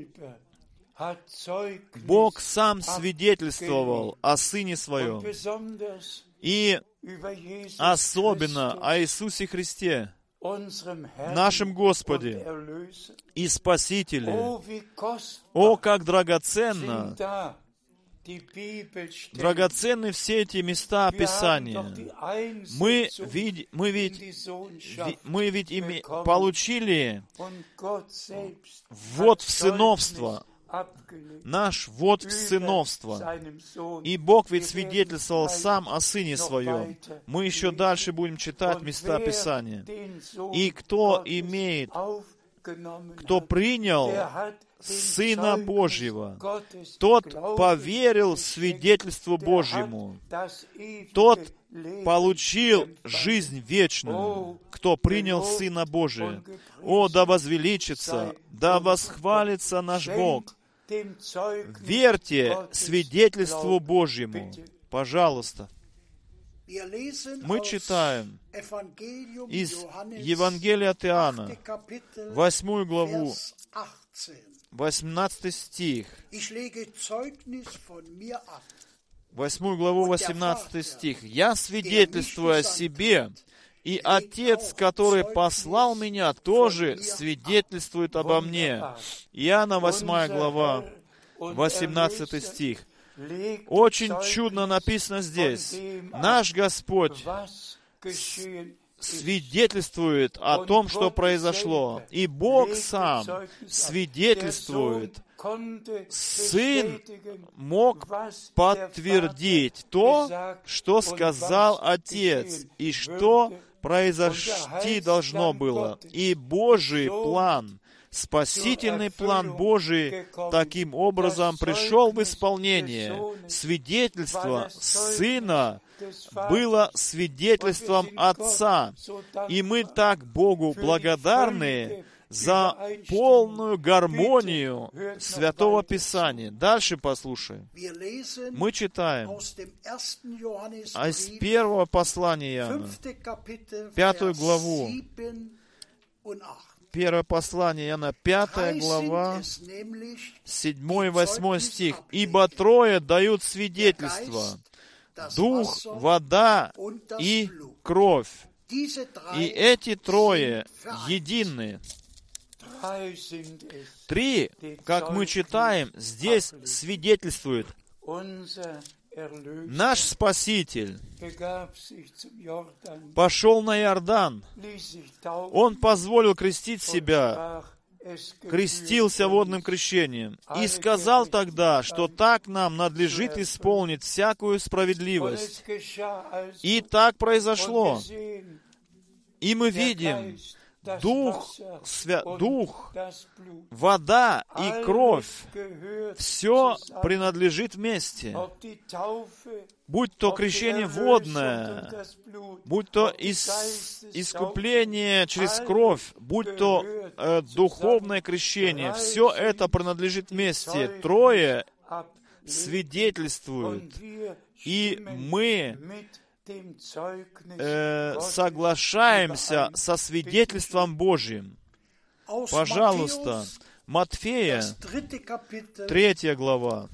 Бог сам свидетельствовал о Сыне Своем, и особенно о Иисусе Христе, нашем Господе и Спасителе. О, как драгоценно! Драгоценны все эти места Писания. Мы, вид, мы ведь, мы ведь ими получили ввод в сыновство наш ввод в сыновство. И Бог ведь свидетельствовал сам о Сыне Своем. Мы еще дальше будем читать места Писания. И кто имеет, кто принял Сына Божьего, тот поверил свидетельству Божьему, тот получил жизнь вечную, кто принял Сына Божия. О, да возвеличится, да восхвалится наш Бог. Верьте свидетельству Божьему. Пожалуйста. Мы читаем из Евангелия от Иоанна, восьмую главу, восемнадцатый стих. Восьмую главу, восемнадцатый стих. «Я свидетельствую о себе, и Отец, который послал меня, тоже свидетельствует обо мне». Иоанна, восьмая глава, восемнадцатый стих. Очень чудно написано здесь. Наш Господь свидетельствует о том, что произошло. И Бог сам свидетельствует. Сын мог подтвердить то, что сказал Отец, и что произойти должно было. И Божий план, спасительный план Божий, таким образом пришел в исполнение. Свидетельство Сына было свидетельством Отца. И мы так Богу благодарны за полную гармонию Святого Писания. Дальше послушаем. Мы читаем из первого послания Иоанна, пятую главу. Первое послание Иоанна, пятая глава, седьмой и восьмой стих. «Ибо трое дают свидетельство: Дух, вода и кровь. И эти трое едины». Три, как мы читаем, здесь свидетельствует. Наш Спаситель пошел на Иордан. Он позволил крестить себя, крестился водным крещением, и сказал тогда, что так нам надлежит исполнить всякую справедливость. И так произошло. И мы видим, Дух, свя... Дух, вода и кровь, все принадлежит вместе. Будь то крещение водное, будь то ис... искупление через кровь, будь то э, духовное крещение, все это принадлежит вместе. Трое свидетельствуют, и мы Э, соглашаемся со свидетельством Божьим. Пожалуйста, Матфея, третья глава,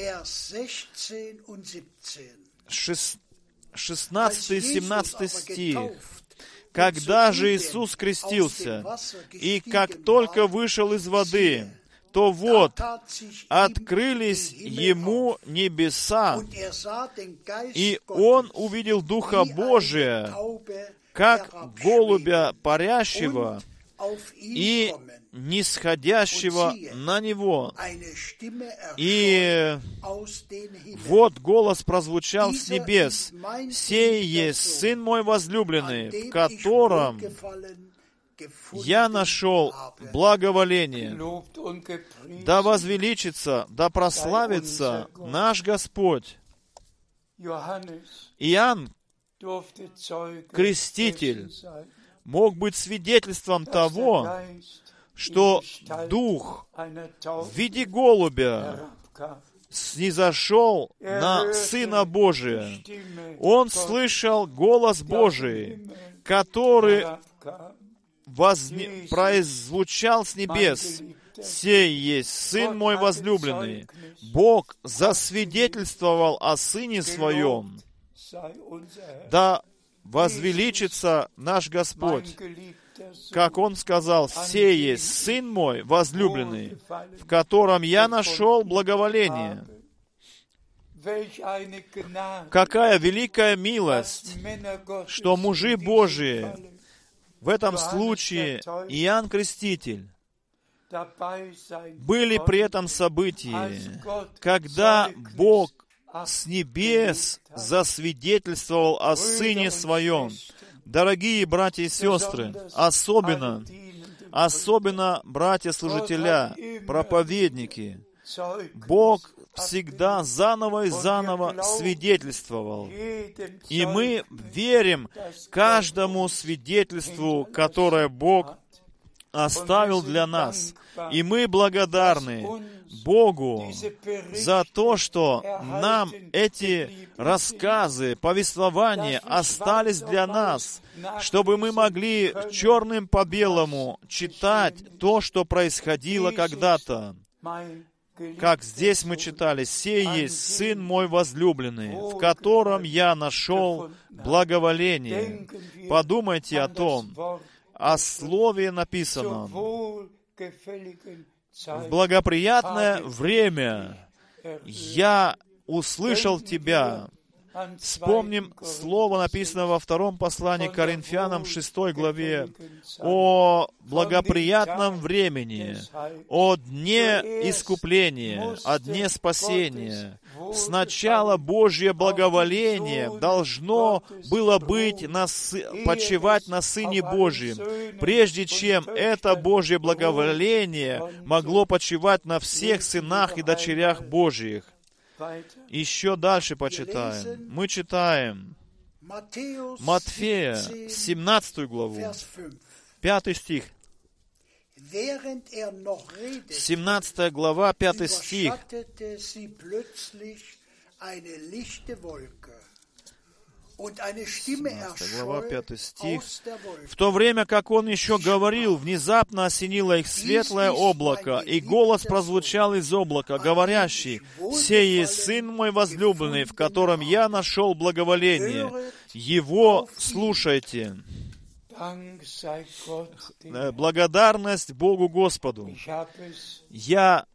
шестнадцатый и семнадцатый стих. «Когда же Иисус крестился, и как только вышел из воды, то вот, открылись Ему небеса, и Он увидел Духа Божия, как голубя парящего и нисходящего на Него. И вот голос прозвучал с небес: «Сей есть Сын мой возлюбленный, в котором я нашел благоволение». Да возвеличится, да прославится наш Господь. Иоанн, Креститель, мог быть свидетельством того, что Дух в виде голубя снизошел на Сына Божия. Он слышал голос Божий, который возне... произзвучал с небес: «Сей есть Сын мой возлюбленный». Бог засвидетельствовал о Сыне Своем. Да возвеличится наш Господь, как Он сказал: «Сей есть Сын мой возлюбленный, в котором я нашел благоволение». Какая великая милость, что мужи Божии, в этом случае Иоанн Креститель, были при этом событии, когда Бог с небес засвидетельствовал о Сыне Своем. Дорогие братья и сестры, особенно, особенно братья-служителя, проповедники, Бог всегда заново и заново свидетельствовал. И мы верим каждому свидетельству, которое Бог оставил для нас. И мы благодарны Богу за то, что нам эти рассказы, повествования остались для нас, чтобы мы могли черным по белому читать то, что происходило когда-то. Как здесь мы читали, «Сей есть Сын мой возлюбленный, в котором я нашел благоволение». Подумайте о том, о слове написано: «В благоприятное время я услышал тебя». Вспомним слово, написанное во втором послании к Коринфянам, в шестой главе, о благоприятном времени, о дне искупления, о дне спасения. Сначала Божье благоволение должно было быть на сы... почивать на Сыне Божьем, прежде чем это Божье благоволение могло почивать на всех сынах и дочерях Божьих. Еще дальше почитаем. Мы читаем Матфея, семнадцатую главу, пятый стих. семнадцатая глава, пятый стих. семнадцатая глава, пятый стих. «В то время, как он еще говорил, внезапно осенило их светлое облако, и голос прозвучал из облака, говорящий: „Сей есть Сын мой возлюбленный, в котором я нашел благоволение. Его слушайте“». Благодарность Богу Господу. Я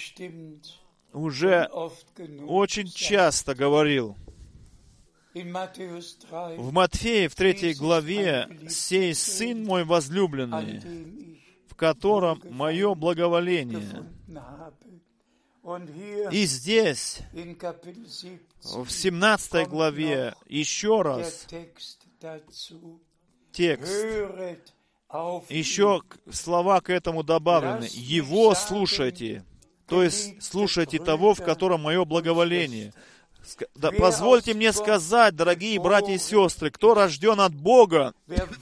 уже очень часто говорил, в Матфея, в третьей главе, «Сей Сын мой возлюбленный, в котором мое благоволение». И здесь, в семнадцатой главе, еще раз текст, еще слова к этому добавлены. «Его слушайте», то есть слушайте того, в котором мое благоволение. Да, позвольте мне сказать, дорогие братья и сестры, кто рожден от Бога,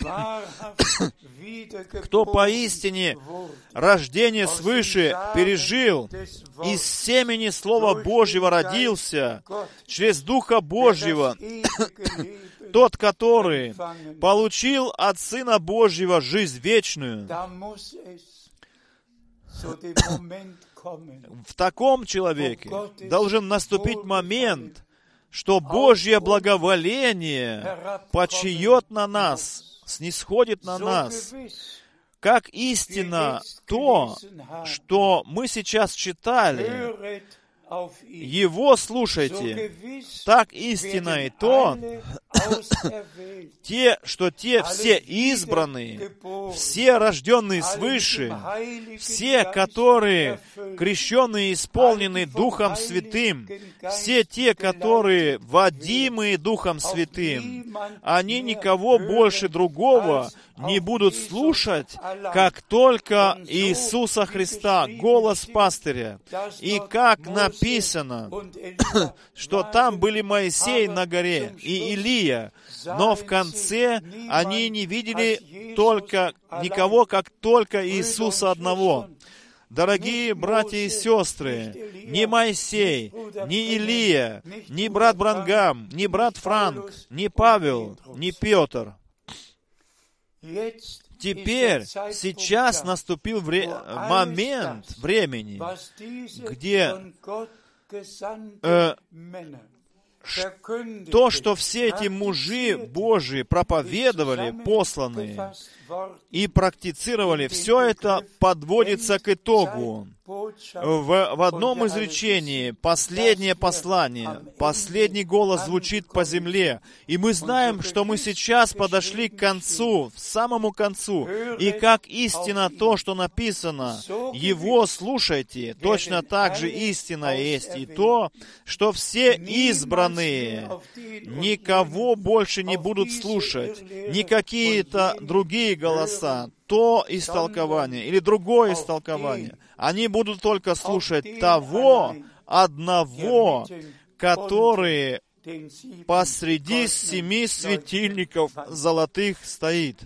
кто поистине рождение свыше пережил, из семени Слова Божьего родился, через Духа Божьего, тот, который получил от Сына Божьего жизнь вечную, в таком человеке должен наступить момент, что Божье благоволение почиет на нас, снисходит на нас. Как истина то, что мы сейчас читали, Его слушайте. Так истина и то, те, что те все избранные, все рожденные свыше, все, которые крещенные и исполнены Духом Святым, все те, которые водимые Духом Святым, они никого больше другого не будут слушать, как только Иисуса Христа, голос пастыря. И как написано, что там были Моисей на горе и Илия, но в конце они не видели только никого, как только Иисуса одного. Дорогие братья и сестры, ни Моисей, ни Илия, ни брат Бранхам, ни брат Франк, ни Павел, ни Петр. Теперь, сейчас наступил вре- момент времени, где э, то, что все эти мужи Божии проповедовали, посланные, и практицировали, все это подводится к итогу. в, в одном изречении последнее послание, последний голос звучит по земле, и мы знаем, что мы сейчас подошли к концу, к самому концу, и как истина то, что написано, его слушайте, точно так же истина есть и то, что все избранные никого больше не будут слушать, не какие-то другие голоса, то истолкование или другое истолкование. Они будут только слушать того одного, который посреди семи светильников золотых стоит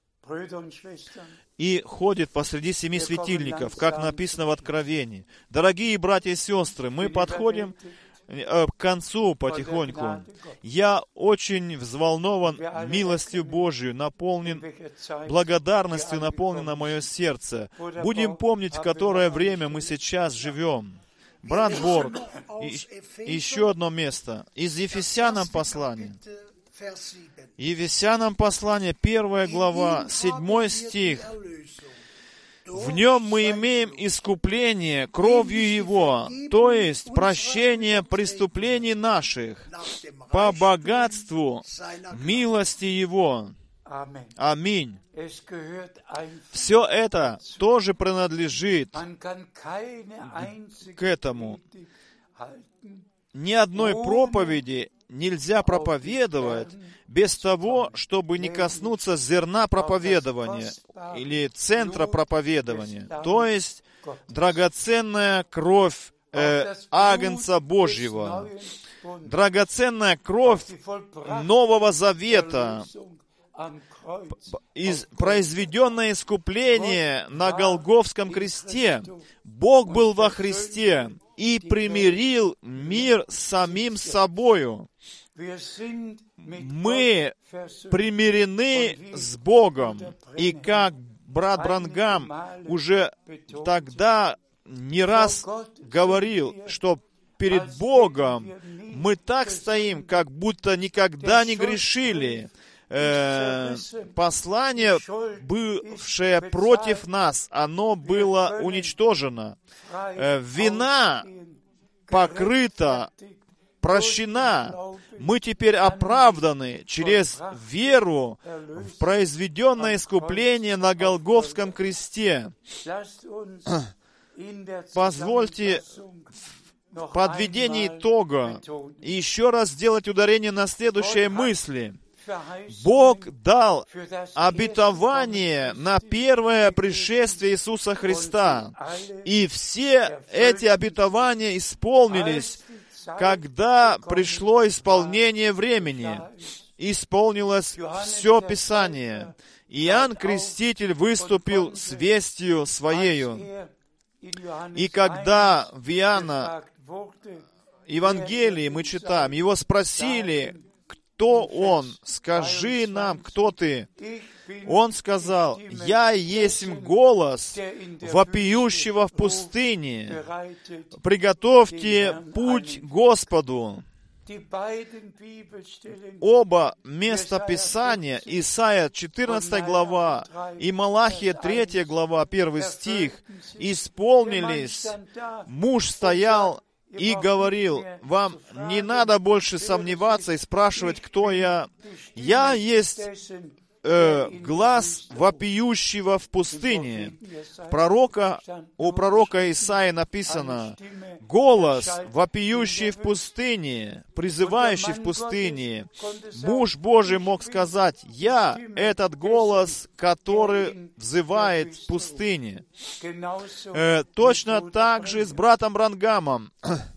и ходит посреди семи светильников, как написано в Откровении. Дорогие братья и сестры, мы подходим к концу потихоньку. Я очень взволнован милостью Божию, наполнен благодарностью, наполнено мое сердце. Будем помнить, в которое время мы сейчас живем. Брат Борг, еще одно место. Из Ефесянам послания. Ефесянам послание, первая глава, седьмой стих. В нем мы имеем искупление кровью Его, то есть прощение преступлений наших по богатству милости Его. Аминь. Все это тоже принадлежит к этому. Ни одной проповеди нельзя проповедовать без того, чтобы не коснуться зерна проповедования или центра проповедования, то есть драгоценная кровь э, Агнца Божьего, драгоценная кровь Нового Завета, из, произведенное искупление на Голгофском кресте. Бог был во Христе и примирил мир с самим собою. Мы примирены с Богом. И как брат Бранхам уже тогда не раз говорил, что перед Богом мы так стоим, как будто никогда не грешили. Э, послание, бывшее против нас, оно было уничтожено. Э, вина покрыта, прощена. Мы теперь оправданы через веру в произведенное искупление на Голгофском кресте. Позвольте в подведении итога еще раз сделать ударение на следующей мысли. Бог дал обетование на первое пришествие Иисуса Христа. И все эти обетования исполнились, когда пришло исполнение времени. Исполнилось все Писание. Иоанн Креститель выступил с вестью Своею. И когда в Иоанна Евангелии мы читаем, его спросили, кто он? Скажи нам, кто ты? Он сказал, я есть голос вопиющего в пустыне. Приготовьте путь Господу. Оба места Писания, Исайя четырнадцатая глава и Малахия третья глава, первый стих, исполнились. Муж стоял и говорил, вам не надо больше сомневаться и спрашивать, кто я. Я есть э, глас вопиющего в пустыне. Пророка, у пророка Исаии написано, голос вопиющий в пустыне, призывающий в пустыне. Муж Божий мог сказать, я этот голос, который взывает в пустыне. Э, точно так же с братом Бранхамом.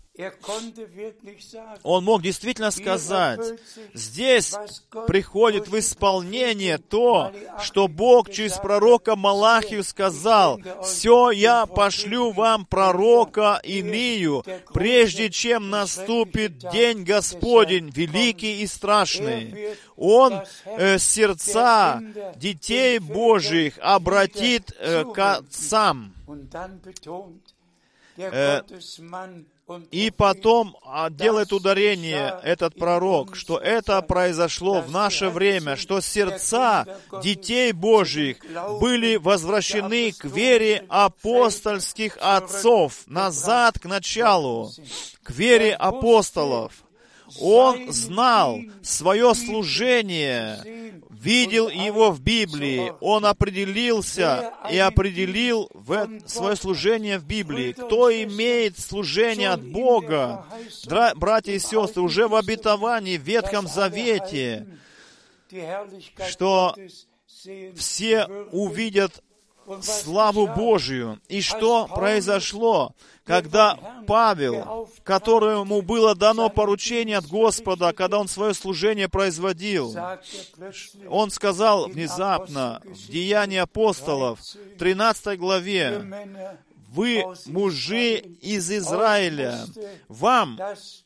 Он мог действительно сказать, здесь приходит в исполнение то, что Бог через пророка Малахию сказал, «Все я пошлю вам пророка Илию, прежде чем наступит день Господень, великий и страшный». Он э, сердца детей Божьих обратит э, к отцам. Э, и потом делает ударение этот пророк, что это произошло в наше время, что сердца детей Божьих были возвращены к вере апостольских отцов, назад к началу, к вере апостолов. Он знал свое служение, видел его в Библии, он определился и определил в свое служение в Библии. Кто имеет служение от Бога, братья и сестры, уже в обетовании, в Ветхом Завете, что все увидят славу Божию. И что произошло, когда Павел, которому было дано поручение от Господа, когда он свое служение производил, он сказал внезапно в Деянии апостолов, в тринадцатой главе, «Вы, мужи из Израиля, вам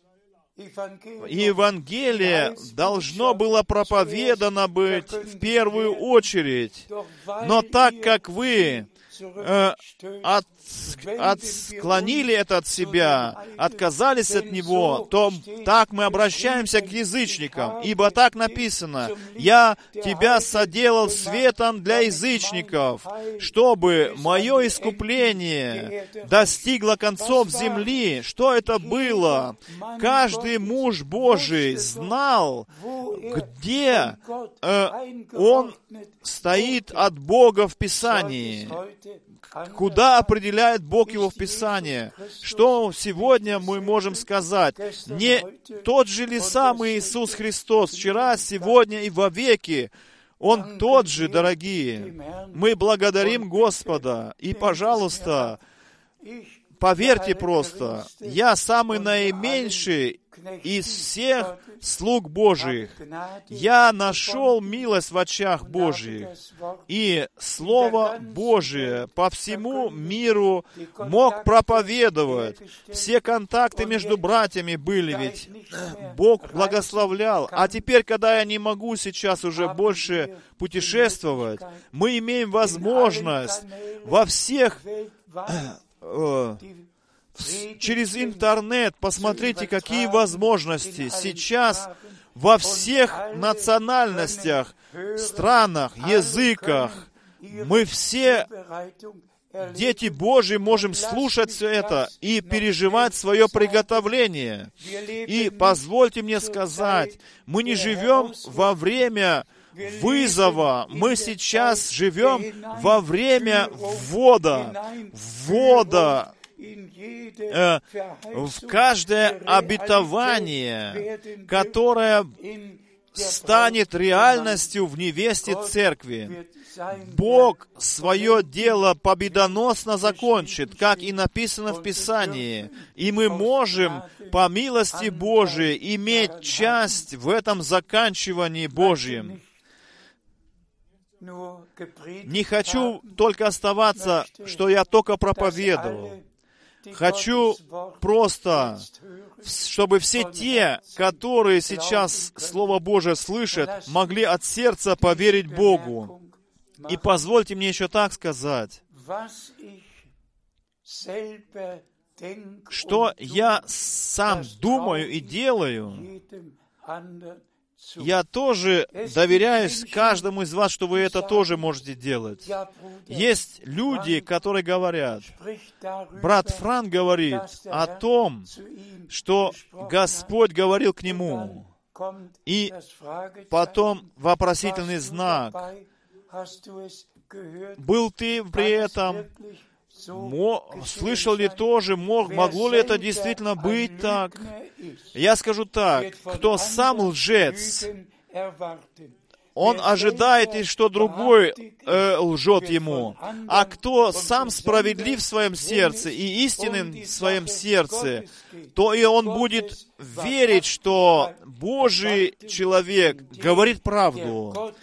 Евангелие должно было проповедано быть в первую очередь, но так как вы э, от, отклонили это от себя, отказались от него, то так мы обращаемся к язычникам, ибо так написано: «Я тебя соделал светом для язычников, чтобы мое искупление достигло концов земли». Что это было? Каждый муж Божий знал, где э, он стоит от Бога в Писании, куда определяет Бог его в Писании. Что сегодня мы можем сказать? Не тот же ли самый Иисус Христос вчера, сегодня и вовеки? Он тот же, дорогие. Мы благодарим Господа. И, пожалуйста, поверьте просто, я самый наименьший из всех слуг Божьих. Я нашел милость в очах Божьих. И Слово Божие по всему миру мог проповедовать. Все контакты между братьями были, ведь Бог благословлял. А теперь, когда я не могу сейчас уже больше путешествовать, мы имеем возможность во всех через интернет, посмотрите, какие возможности сейчас во всех национальностях, странах, языках. Мы все, дети Божьи, можем слушать все это и переживать свое приготовление. И позвольте мне сказать, мы не живем во время вызова. Мы сейчас живем во время ввода. Ввода э, в каждое обетование, которое станет реальностью в невесте церкви. Бог свое дело победоносно закончит, как и написано в Писании. И мы можем, по милости Божией, иметь часть в этом заканчивании Божьем. Не хочу только оставаться, что я только проповедовал. Хочу просто, чтобы все те, которые сейчас Слово Божие слышат, могли от сердца поверить Богу. И позвольте мне еще так сказать, что я сам думаю и делаю, я тоже доверяюсь каждому из вас, что вы это тоже можете делать. Есть люди, которые говорят, брат Франк говорит о том, что Господь говорил к нему, и потом вопросительный знак. Был ты при этом? Слышал ли тоже? Мог, могло ли это действительно быть так? Я скажу так, кто сам лжец, он ожидает, и что другой э, лжет ему. А кто сам справедлив в своем сердце и истинен в своем сердце, то и он будет верить, что Божий человек говорит правду.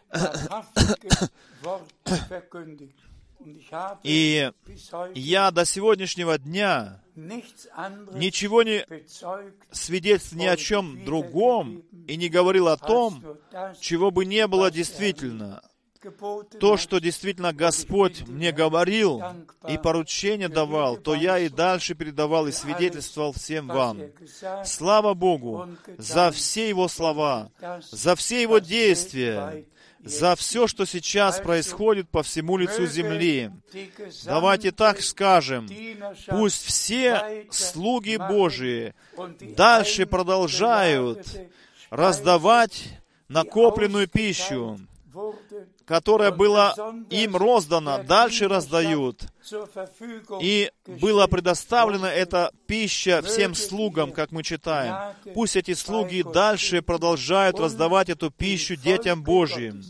И я до сегодняшнего дня ничего не свидетельствовал ни о чем другом и не говорил о том, чего бы не было действительно. то, что действительно Господь мне говорил и поручение давал, то я и дальше передавал и свидетельствовал всем вам. Слава Богу за все Его слова, за все Его действия, за все, что сейчас происходит по всему лицу земли. Давайте так скажем, пусть все слуги Божии дальше продолжают раздавать накопленную пищу, которая была им роздана, дальше раздают. И была предоставлена эта пища всем слугам, как мы читаем. Пусть эти слуги дальше продолжают раздавать эту пищу детям Божьим.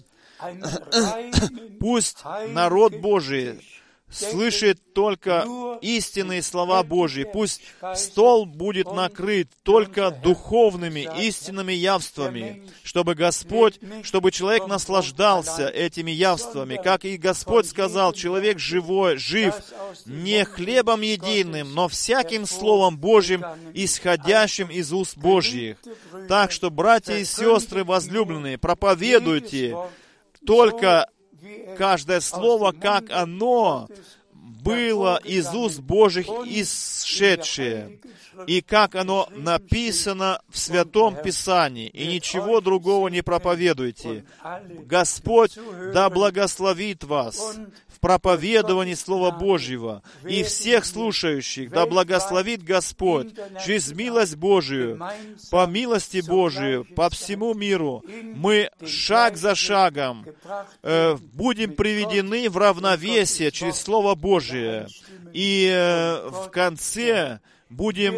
Пусть народ Божий слышит только истинные слова Божьи. Пусть стол будет накрыт только духовными, истинными явствами, чтобы Господь, чтобы человек наслаждался этими явствами. Как и Господь сказал, человек живой, жив не хлебом единым, но всяким Словом Божьим, исходящим из уст Божьих. Так что, братья и сестры возлюбленные, проповедуйте только каждое слово, как оно было из уст Божьих исшедшее, и как оно написано в Святом Писании, и ничего другого не проповедуйте. Господь да благословит вас в проповедовании Слова Божьего, и всех слушающих да благословит Господь через милость Божию, по милости Божию, по всему миру. Мы шаг за шагом э, будем приведены в равновесие через Слово Божие, и э, в конце будем,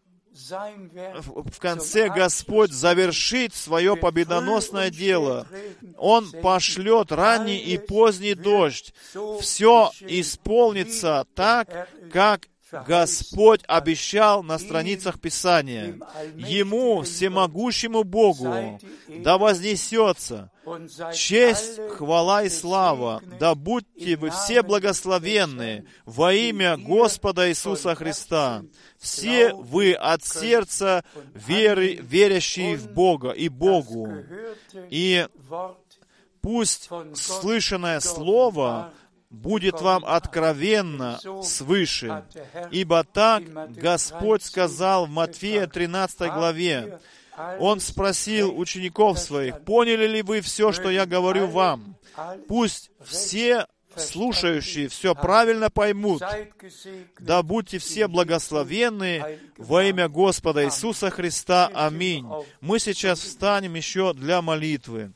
в конце Господь завершит свое победоносное дело. Он пошлет ранний и поздний дождь. Все исполнится так, как Господь обещал на страницах Писания. Ему, всемогущему Богу, да вознесется честь, хвала и слава. Да будьте вы все благословенны во имя Господа Иисуса Христа. Все вы от сердца веры, верящие в Бога и Богу. И пусть слышанное Слово будет вам откровенно свыше. Ибо так Господь сказал в Матфея тринадцатой главе. Он спросил учеников своих: поняли ли вы все, что я говорю вам? Пусть все слушающие все правильно поймут. Да будьте все благословенны во имя Господа Иисуса Христа. Аминь. Мы сейчас встанем еще для молитвы.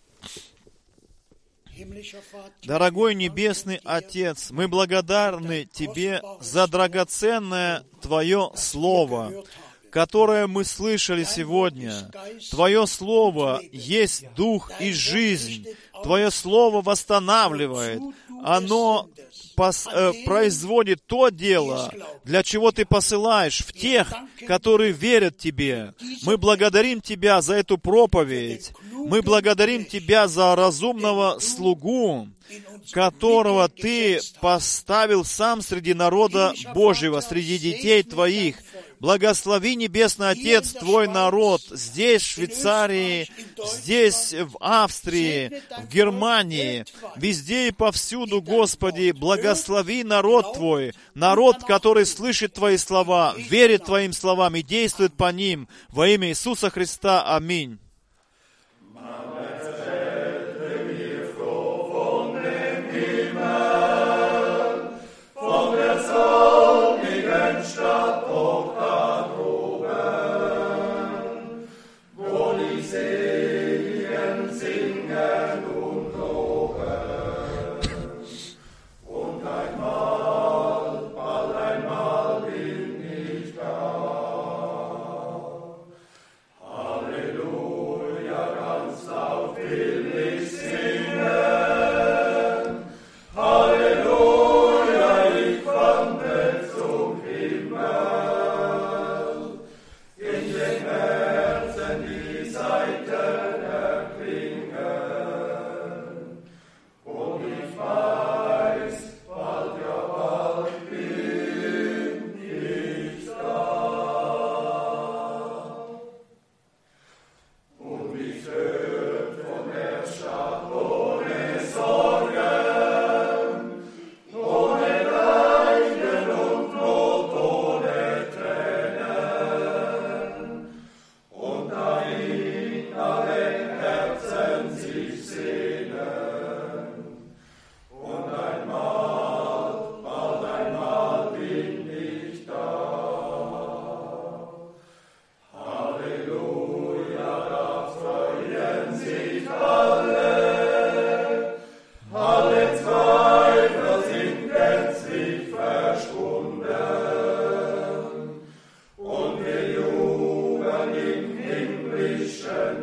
Дорогой Небесный Отец, мы благодарны Тебе за драгоценное Твое Слово, которое мы слышали сегодня. Твое Слово есть дух и жизнь. Твое Слово восстанавливает. Оно пос, э, производит то дело, для чего Ты посылаешь в тех, которые верят Тебе. Мы благодарим Тебя за эту проповедь. Мы благодарим Тебя за разумного слугу, которого Ты поставил сам среди народа Божьего, среди детей Твоих. Благослови, Небесный Отец, Твой народ здесь, в Швейцарии, здесь, в Австрии, в Германии, везде и повсюду, Господи. Благослови народ Твой, народ, который слышит Твои слова, верит Твоим словам и действует по ним. Во имя Иисуса Христа. Аминь. Halleluja, ganz laut.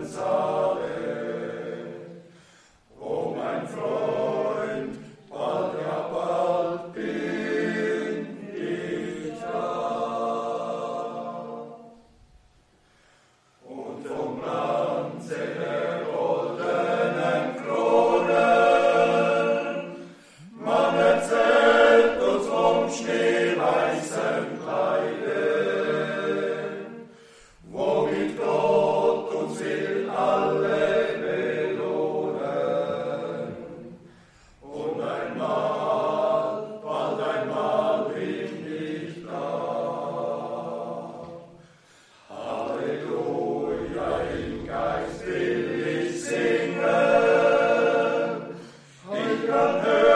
Geist will ich singen, ich kann hören.